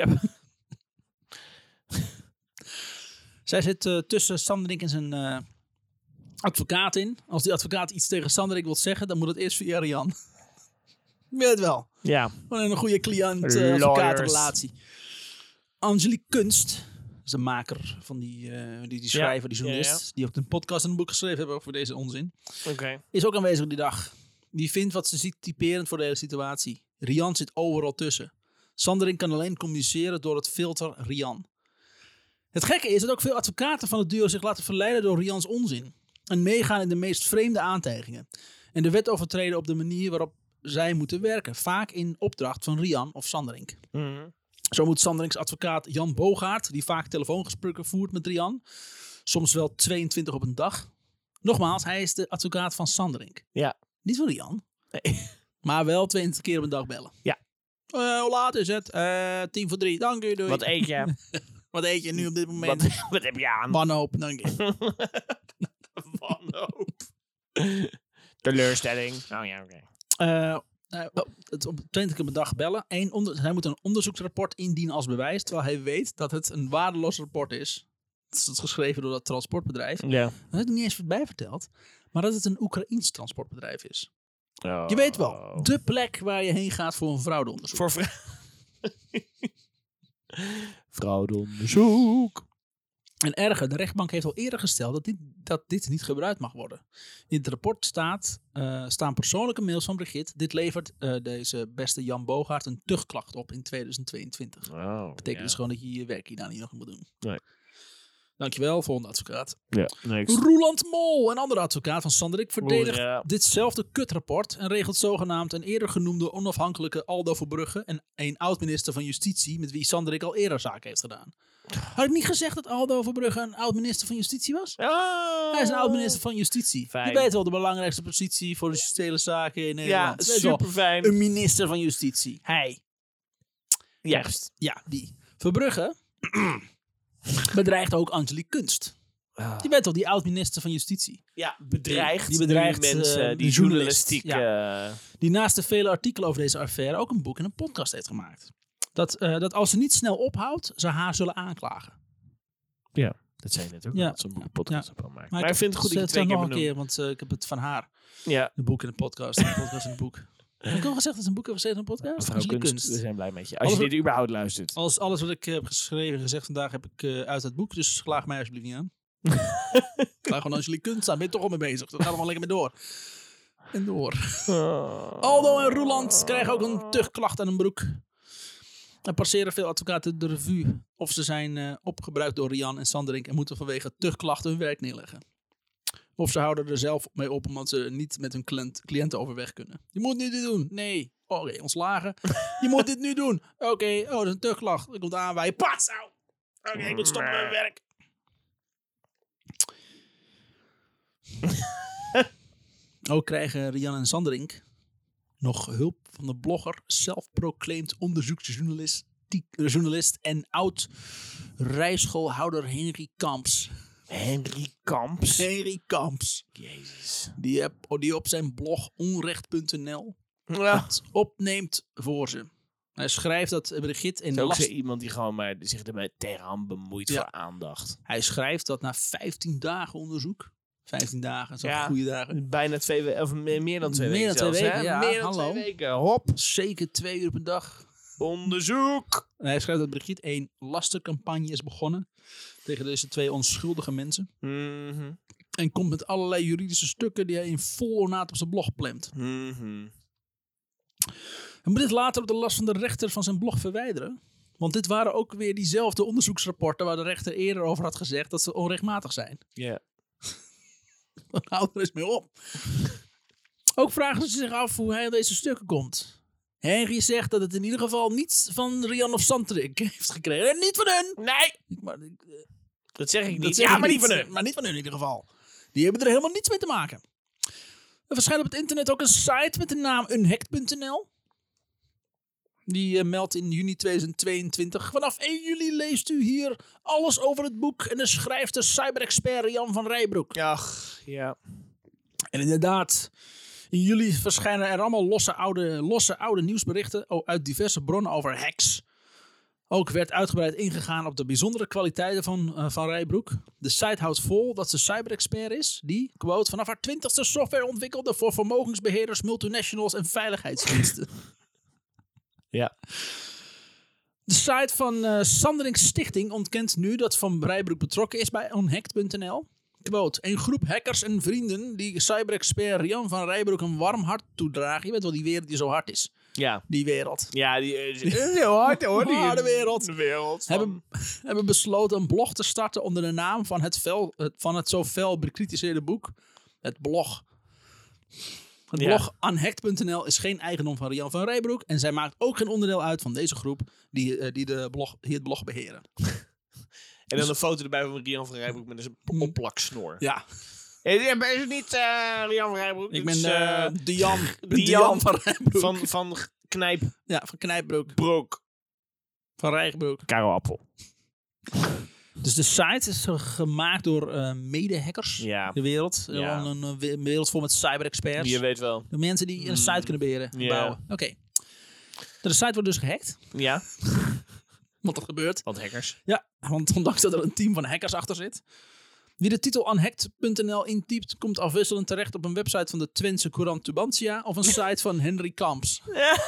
Zij zit tussen Sanderink en zijn advocaat in. Als die advocaat iets tegen Sanderink wil zeggen, dan moet het eerst via Rian. Je weet het wel. Ja. Gewoon een goede cliënt-advocaat-relatie. Angelique Kunst, dat is de maker van die schrijver, die journalist, die ook een podcast en een boek geschreven hebben over deze onzin. Okay. Is ook aanwezig die dag. Die vindt wat ze ziet typerend voor de hele situatie. Rian zit overal tussen. Sanderink kan alleen communiceren door het filter Rian. Het gekke is dat ook veel advocaten van het duo zich laten verleiden door Rians onzin. En meegaan in de meest vreemde aantijgingen. En de wet overtreden op de manier waarop zij moeten werken. Vaak in opdracht van Rian of Sanderink. Mm-hmm. Zo moet Sanderinks advocaat Jan Bogaert, die vaak telefoongesprekken voert met Rian. Soms wel 22 op een dag. Nogmaals, hij is de advocaat van Sanderink. Ja. Niet van Rian. Nee. Maar wel 22 keer op een dag bellen. Ja. Hoe laat is het? 2:50. Dank u, doei. Wat eet je? Wat eet je nu op dit moment? Wat heb je aan? Wanhoop, dank je. Wanhoop. Teleurstelling. Oh ja, oké. Het op 20 keer per dag bellen. Hij moet een onderzoeksrapport indienen als bewijs, terwijl hij weet dat het een waardeloos rapport is. Het is geschreven door dat transportbedrijf. Ja. Dat heb ik niet eens bij verteld. Maar dat het een Oekraïens transportbedrijf is. Oh. Je weet wel, de plek waar je heen gaat voor een fraudeonderzoek. Fraudeonderzoek. En erger, de rechtbank heeft al eerder gesteld dat dit niet gebruikt mag worden. In het rapport staan persoonlijke mails van Brigitte. Dit levert deze beste Jan Bogaert een tuchtklacht op in 2022. Dat betekent dus gewoon dat je je werk hierna niet nog moet doen. Nee. Dankjewel, volgende advocaat. Ja, Roeland Mol, een andere advocaat van Sanderik, verdedigt ditzelfde kutrapport en regelt zogenaamd een eerder genoemde onafhankelijke Aldo Verbrugge en een oud-minister van Justitie met wie Sanderik al eerder zaken heeft gedaan. Had ik niet gezegd dat Aldo Verbrugge een oud-minister van Justitie was? Oh. Hij is een oud-minister van Justitie. Fijn. Je weet wel de belangrijkste positie voor de justitiële zaken in Nederland. Ja, super fijn. Een minister van Justitie. Hij. Juist. Ja, die. Verbrugge bedreigt ook Angelique Kunst. Je weet wel, die oud-minister van Justitie. Ja, bedreigt. Die bedreigt mensen, die journalistiek. Die naast de vele artikelen over deze affaire ook een boek en een podcast heeft gemaakt. Dat als ze niet snel ophoudt, ze haar zullen aanklagen. Ja, dat zei je net ook. Dat ze een boek en podcast op maken. Maar ik vind het goed dat je twee keer nog een keer, want ik heb het van haar. Ja. Een boek en een podcast. Een podcast en een boek. Heb ik al gezegd dat ze een boek heeft gezegd en een podcast? Mevrouw Kunst, we zijn blij met je. Als je dit überhaupt luistert. Alles wat ik heb geschreven en gezegd vandaag heb ik uit het boek. Dus klaag mij alsjeblieft niet aan. Ga gewoon Angelique Kunst staan. Ben je toch al mee bezig. Dan gaan we gewoon lekker mee door. En door. Aldo en Roeland krijgen ook een tuchtklacht aan hun broek. Er passeren veel advocaten de revue. Of ze zijn opgebruikt door Rian en Sanderink en moeten vanwege tuchtklachten hun werk neerleggen. Of ze houden er zelf mee op omdat ze niet met hun cliënten overweg kunnen. Je moet nu dit doen. Nee. Oké, ontslagen. Je moet dit nu doen. Oké, dat is een tuchtklacht. Ik komt aanwijzen. Pas! Oké, ik moet stoppen met mijn werk. Ook krijgen Rian en Sanderink nog hulp van de blogger, self-proclaimed onderzoeksjournalist en oud-rijschoolhouder Henry Kamps. Henry Kamps? Jezus. Die op zijn blog onrecht.nl het opneemt voor ze. Hij schrijft dat Brigitte in ook iemand die gewoon maar zich ermee tegenaan bemoeit voor aandacht. Hij schrijft dat na 15 dagen onderzoek. 15 dagen, zo'n goede dagen. Bijna 2 weken, of meer dan 2 weken. Meer dan 2 weken, meer dan 2 weken. Hop. Zeker 2 uur per dag. Onderzoek. En hij schrijft dat Brigitte een lastercampagne is begonnen tegen deze 2 onschuldige mensen. Mm-hmm. En komt met allerlei juridische stukken die hij in vol ornaat op zijn blog plemt. Mm-hmm. Hij moet dit later op de last van de rechter van zijn blog verwijderen. Want dit waren ook weer diezelfde onderzoeksrapporten waar de rechter eerder over had gezegd dat ze onrechtmatig zijn. Ja. Yeah. Houd er eens mee op. Ook vragen ze zich af hoe hij aan deze stukken komt. Henry zegt dat het in ieder geval niets van Rian of Sanderik heeft gekregen. En niet van hun. Nee. Dat zeg ik niet. Maar niet van hun. Maar niet van hun in ieder geval. Die hebben er helemaal niets mee te maken. Er verschijnt op het internet ook een site met de naam unhacked.nl. Die meldt in juni 2022. Vanaf 1 juli leest u hier alles over het boek en de schrijfster cyberexpert Jan van Rijbroek. Ach, ja. En inderdaad, in juli verschijnen er allemaal losse oude nieuwsberichten uit diverse bronnen over hacks. Ook werd uitgebreid ingegaan op de bijzondere kwaliteiten van Rijbroek. De site houdt vol dat ze cyberexpert is die, quote, vanaf haar 20ste software ontwikkelde voor vermogensbeheerders, multinationals en veiligheidsdiensten. Ja. De site van Sanderink Stichting ontkent nu dat Van Rijbroek betrokken is bij unhacked.nl. Quote, een groep hackers en vrienden die cyberexpert Rian van Rijbroek een warm hart toedragen. Je weet wel, die wereld die zo hard is. Ja. Die wereld. Ja, die is heel hard hoor. Die harde wereld. De wereld. Hebben besloten een blog te starten onder de naam van het zo fel bekritiseerde boek. Het blog. Het blog unhacked.nl is geen eigendom van Rian van Rijbroek. En zij maakt ook geen onderdeel uit van deze groep die het blog beheren. En dan een foto erbij van Rian van Rijbroek met een opplaksnor. Ja. Is het niet Rian van Rijbroek? Ik ben Dian van Rijbroek. Van Knijp. Ja, van Knijpbroek. Broek. Van Rijbroek. Karel Appel. Dus de site is gemaakt door mede-hackers in de wereld. Een wereld vol met cyber-experts. Je weet wel. De mensen die een site kunnen beheren en bouwen. Oké. De site wordt dus gehackt. Ja. Wat er gebeurt. Want hackers. Ja, want ondanks dat er een team van hackers achter zit. Wie de titel unhacked.nl intypt, komt afwisselend terecht op een website van de Twentse Courant Tubantia of een site van Henry Kamps.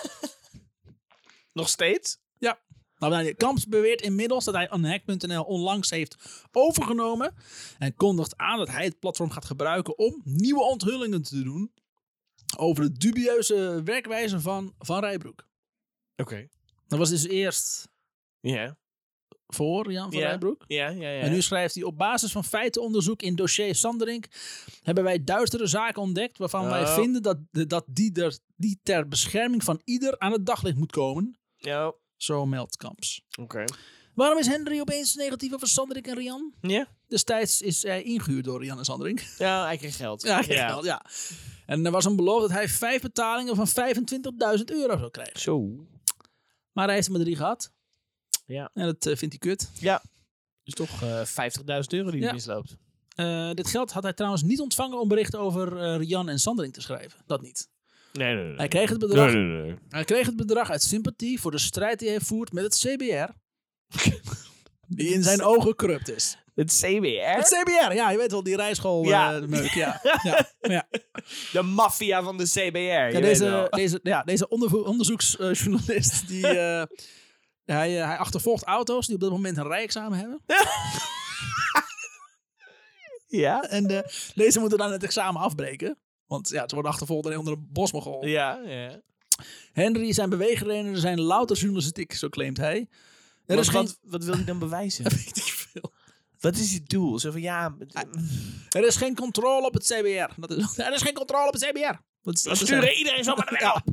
Nog steeds? Ja. Nou, Kamps beweert inmiddels dat hij unhacked.nl onlangs heeft overgenomen en kondigt aan dat hij het platform gaat gebruiken om nieuwe onthullingen te doen over de dubieuze werkwijze van Rijbroek. Oké. Dat was dus eerst voor Jan van Rijbroek. Ja. En nu schrijft hij: op basis van feitenonderzoek in dossier Sanderink hebben wij duistere zaken ontdekt waarvan wij vinden dat die ter bescherming van ieder aan het daglicht moet komen. Ja. Zo meldt Kamps. Oké. Waarom is Henry opeens negatief over Sanderink en Rian? Ja. Destijds is hij ingehuurd door Rian en Sanderink. Ja, hij kreeg geld. Ja, hij kreeg geld, ja. En er was een belofte dat hij 5 betalingen van €25.000 zou krijgen. Zo. Maar hij heeft er maar 3 gehad. Ja. En dat vindt hij kut. Ja. Dus toch €50.000 die hij misloopt. Dit geld had hij trouwens niet ontvangen om berichten over Rian en Sanderink te schrijven. Dat niet. Nee. Hij kreeg het bedrag. Nee. Hij kreeg het bedrag uit sympathie voor de strijd die hij voert met het CBR. Die in zijn ogen corrupt is. Het CBR? Het CBR, ja, je weet wel, die rijschool meuk. Ja. De maffia van de CBR. Deze onderzoeksjournalist, die, hij achtervolgt auto's die op dat moment een rijexamen hebben. Ja. En deze moeten dan het examen afbreken. Want ze worden achtervolgd en onder een bosmogol. Ja. Henry, zijn beweegredenen zijn louter journalistiek, zo claimt hij. Wat wil hij dan bewijzen? Weet ik veel. Wat is het doel? Zo van, er is geen controle op het CBR. Er is geen controle op het CBR. We sturen iedereen zo maar de weg op.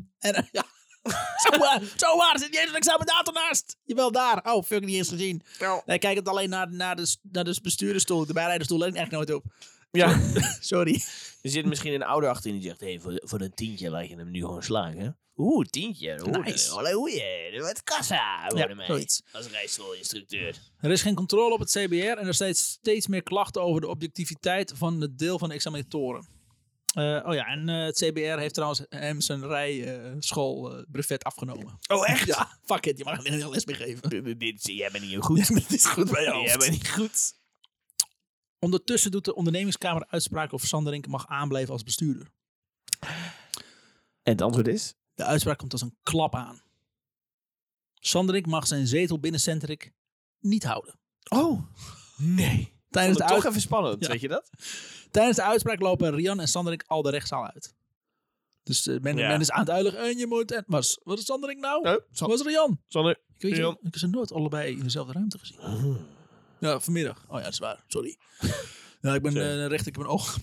Zo waar, zit niet eens een examinator naast. Jawel, daar. Oh, fuck, niet eens gezien. Ja. Nee, kijk het alleen naar de bestuurdersstoel. De bijrijdersstoel let ik echt nooit op. Ja. Sorry. Er zit misschien een ouder achter die zegt, hey, voor een tientje laat je hem nu gewoon slagen. Tientje. Nice. Wat kassa. Zoiets. Als rijschoolinstructeur. Er is geen controle op het CBR en er zijn steeds meer klachten over de objectiviteit van het deel van de examinatoren. En het CBR heeft trouwens hem zijn rijschoolbrevet afgenomen. Oh, echt? Ja, fuck it, je mag hem geen les meer geven. Jij bent niet goed. Dit is goed bij je hoofd. Jij bent niet goed. Ondertussen doet de ondernemingskamer uitspraak of Sanderink mag aanblijven als bestuurder. En het antwoord is? De uitspraak komt als een klap aan. Sanderink mag zijn zetel binnen Centric niet houden. Oh, nee. Toch even spannend, weet je dat? Tijdens de uitspraak lopen Rian en Sanderink al de rechtszaal uit. Dus men is aan het uitleggen. En je moet... Wat is Sanderink nou? Nee, was Rian? Ik Rian. heb ze nooit allebei in dezelfde ruimte gezien. Ja, vanmiddag. Oh ja, dat is waar. Sorry. Ja, ik ben recht, ik heb een oog.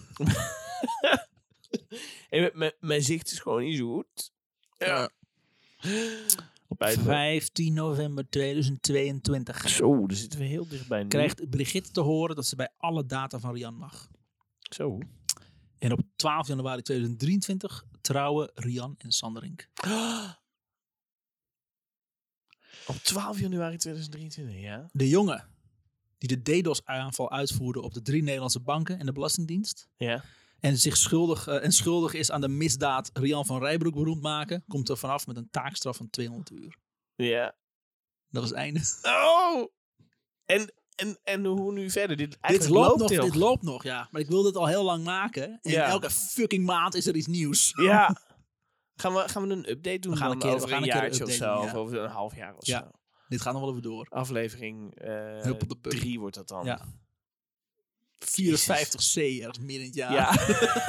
Mijn zicht is gewoon niet zo goed. Ja. Op 15 november 2022. Zo, daar zitten we heel dichtbij nu. Krijgt Brigitte te horen dat ze bij alle data van Rian mag. Zo. En op 12 januari 2023 trouwen Rian en Sanderink. Op 12 januari 2023, ja. De jongen die de DDoS-aanval uitvoerde op de 3 Nederlandse banken en de Belastingdienst. Ja. En zich schuldig is aan de misdaad Rian van Rijbroek beroemd maken, komt er vanaf met een taakstraf van 200 uur. Ja. Dat is het einde. Oh! En hoe nu verder? Dit loopt nog, ja. Maar ik wilde het al heel lang maken. En elke fucking maand is er iets nieuws. Ja. Gaan we een update doen? We gaan over een jaartje of zo. Of over een half jaar of zo. Dit gaat nog wel even door. Aflevering 3 wordt dat dan. Ja. 54C, ergens midden in het jaar. Ja.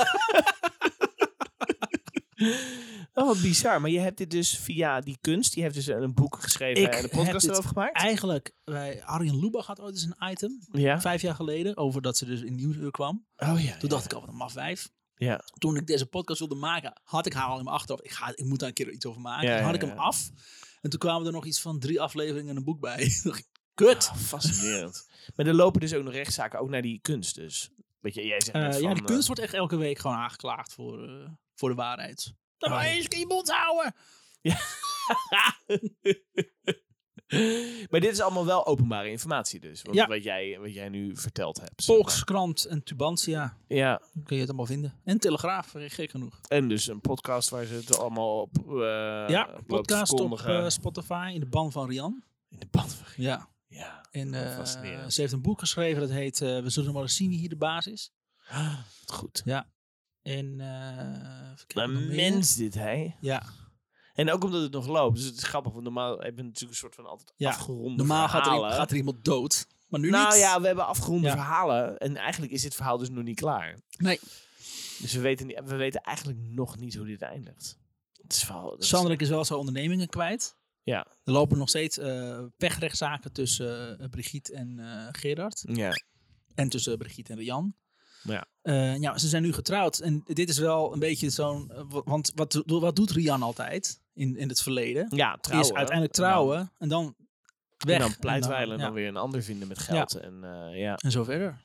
Oh, wat bizar. Maar je hebt dit dus via die kunst. Je hebt dus een boek geschreven en een podcast erover gemaakt. Eigenlijk, Arjen Lubach had ooit eens een item. 5 jaar geleden. Over dat ze dus in Nieuwsuur kwam. Oh ja. Toen dacht ik al, wat een maf 5. Ja. Toen ik deze podcast wilde maken, had ik haar al in mijn achterhoofd. Ik moet daar een keer iets over maken. Toen had ik hem af. En toen kwamen er nog iets van 3 afleveringen en een boek bij. Kut. Oh, fascinerend. Maar er lopen dus ook nog rechtszaken, ook naar die kunst dus. Weet je, jij zegt net van, die kunst wordt echt elke week gewoon aangeklaagd voor de waarheid. Dan moet je eens in je mond houden. Ja. Maar dit is allemaal wel openbare informatie dus. Want wat jij nu verteld hebt. Volkskrant en Tubantia. Ja. Dan kun je het allemaal vinden. En Telegraaf, gek genoeg. En dus een podcast waar ze het allemaal op podcast op Spotify in de ban van Rian. In de ban van Rian? Ja. En ze heeft een boek geschreven dat heet We zullen maar eens zien wie hier de baas is. Goed. Ja. En een mens dit, hè? Ja. En ook omdat het nog loopt. Dus het is grappig, want normaal hebben we natuurlijk een soort van altijd afgeronde normaal verhalen. gaat er iemand dood. Maar nu niet. Nou ja, we hebben afgeronde verhalen. En eigenlijk is dit verhaal dus nog niet klaar. Nee. Dus we weten eigenlijk nog niet hoe dit eindigt. Sanderik is wel zijn ondernemingen kwijt. Ja. Er lopen nog steeds pechrechtszaken tussen Brigitte en Gerard. Ja. En tussen Brigitte en Rian. Ja. Ze zijn nu getrouwd. En dit is wel een beetje zo'n... want wat doet Rian altijd in het verleden? Ja, trouwen. Is uiteindelijk trouwen en dan weg. En dan pleitwijlen en dan weer een ander vinden met geld. Ja. En zo verder.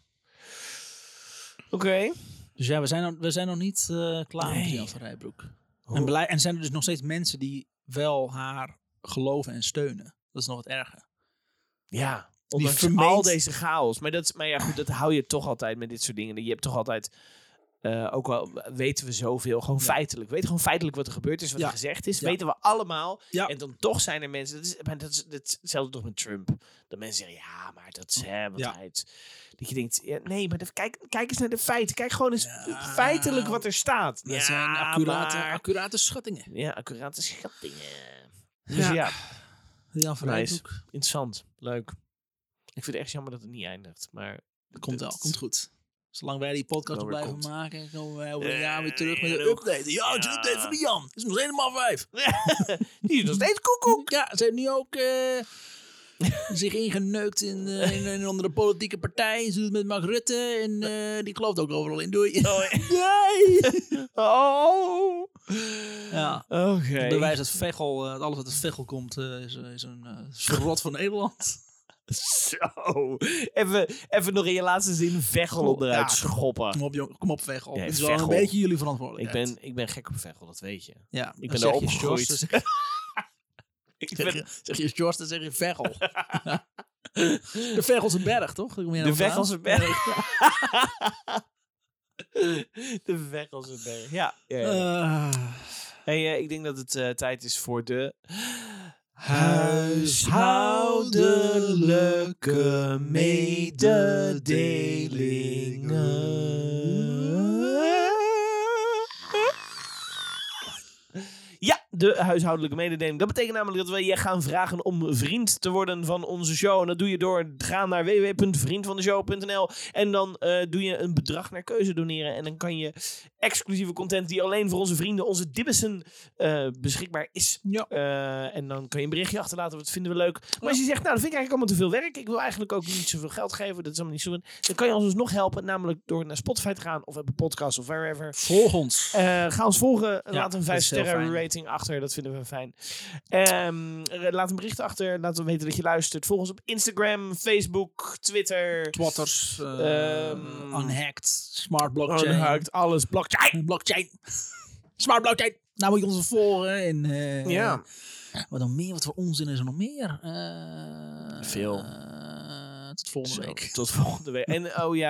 Oké. Dus ja, we zijn nog niet klaar met Rian van Rijbroek. En zijn er dus nog steeds mensen die wel haar geloven en steunen. Dat is nog wat erger. Ja. Ondanks al deze chaos. Maar ja, goed, dat hou je toch altijd met dit soort dingen. Je hebt toch altijd... ook al weten we zoveel, gewoon feitelijk. Weten gewoon feitelijk wat er gebeurd is, wat er gezegd is. Weten we allemaal. Ja. En dan toch zijn er mensen... Dat is hetzelfde toch met Trump. Dat mensen zeggen, ja, maar dat is dat je denkt, nee, maar kijk eens naar de feiten. Kijk gewoon eens feitelijk wat er staat. Dat zijn accurate schattingen. Ja, accurate schattingen. Dus ja. Jan van Rijbroek. Interessant. Leuk. Ik vind het echt jammer dat het niet eindigt. Maar komt goed. Zolang wij die podcast blijven maken, komen wij over een jaar weer terug met een update. Ja, het is een update van Jan. Het is nog helemaal 5. Die is nog steeds koekoek. Ja, ze heeft nu ook zich ingeneukt in een andere politieke partij. Ze doet het met Mark Rutte en die gelooft ook overal in. Doei. Ja. Oké. Bewijs dat Veghel, alles wat uit Veghel komt, is een verrot van Nederland. Zo. Even nog in je laatste zin Veghel eruit schoppen. Kom op Veghel. Het is wel een beetje jullie verantwoordelijkheid. Ik ben gek op Veghel, dat weet je. Ja, ik ben daar opgegroeid. Zeg je George, dan zeg je Veghel. De Veghelse berg, toch? De Veghelse berg. De Veghelse berg. Ja. Hey, ik denk dat het tijd is voor de... huishoudelijke mededelingen. Ja, de huishoudelijke mededeling. Dat betekent namelijk dat we je gaan vragen om vriend te worden van onze show. En dat doe je door te gaan naar www.vriendvandeshow.nl. En dan doe je een bedrag naar keuze doneren. En dan kan je exclusieve content die alleen voor onze vrienden, onze dibbissen, beschikbaar is. Ja. En dan kan je een berichtje achterlaten. Dat vinden we leuk. Maar als je zegt, nou, dat vind ik eigenlijk allemaal te veel werk. Ik wil eigenlijk ook niet zoveel geld geven. Dat is allemaal niet zo. Dan kan je ons dus nog helpen. Namelijk door naar Spotify te gaan. Of Apple Podcasts of wherever. Volg ons. Ga ons volgen. Laat een 5-sterren rating achter. Dat vinden we fijn. Laat een bericht achter. Laat we weten dat je luistert. Volg ons op Instagram, Facebook, Twitter. Twitters. Unhacked. Smart blockchain. Unhacked. Alles. Blockchain. Smart blockchain. Nou moet je ons volgen. En, wat nog meer? Wat voor onzin is er nog meer? Veel. Tot volgende week. Tot volgende week. En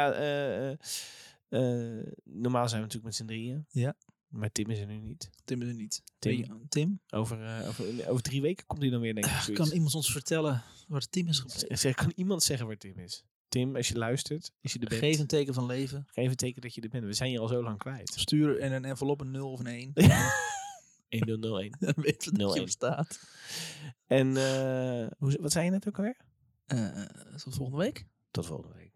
normaal zijn we natuurlijk met z'n drieën. Ja. Maar Tim is er nu niet. Tim? Over 3 weken komt hij dan weer, denk ik. Kan iemand ons vertellen waar Tim is gebleven? Kan iemand zeggen waar Tim is? Tim, als je luistert, als je er bent. Geef een teken van leven. Geef een teken dat je er bent. We zijn hier al zo lang kwijt. Stuur in een envelop een 0 of een 1. 1001. Dan weet je dat je bestaat. En wat zei je net ook alweer? Tot volgende week. Tot volgende week.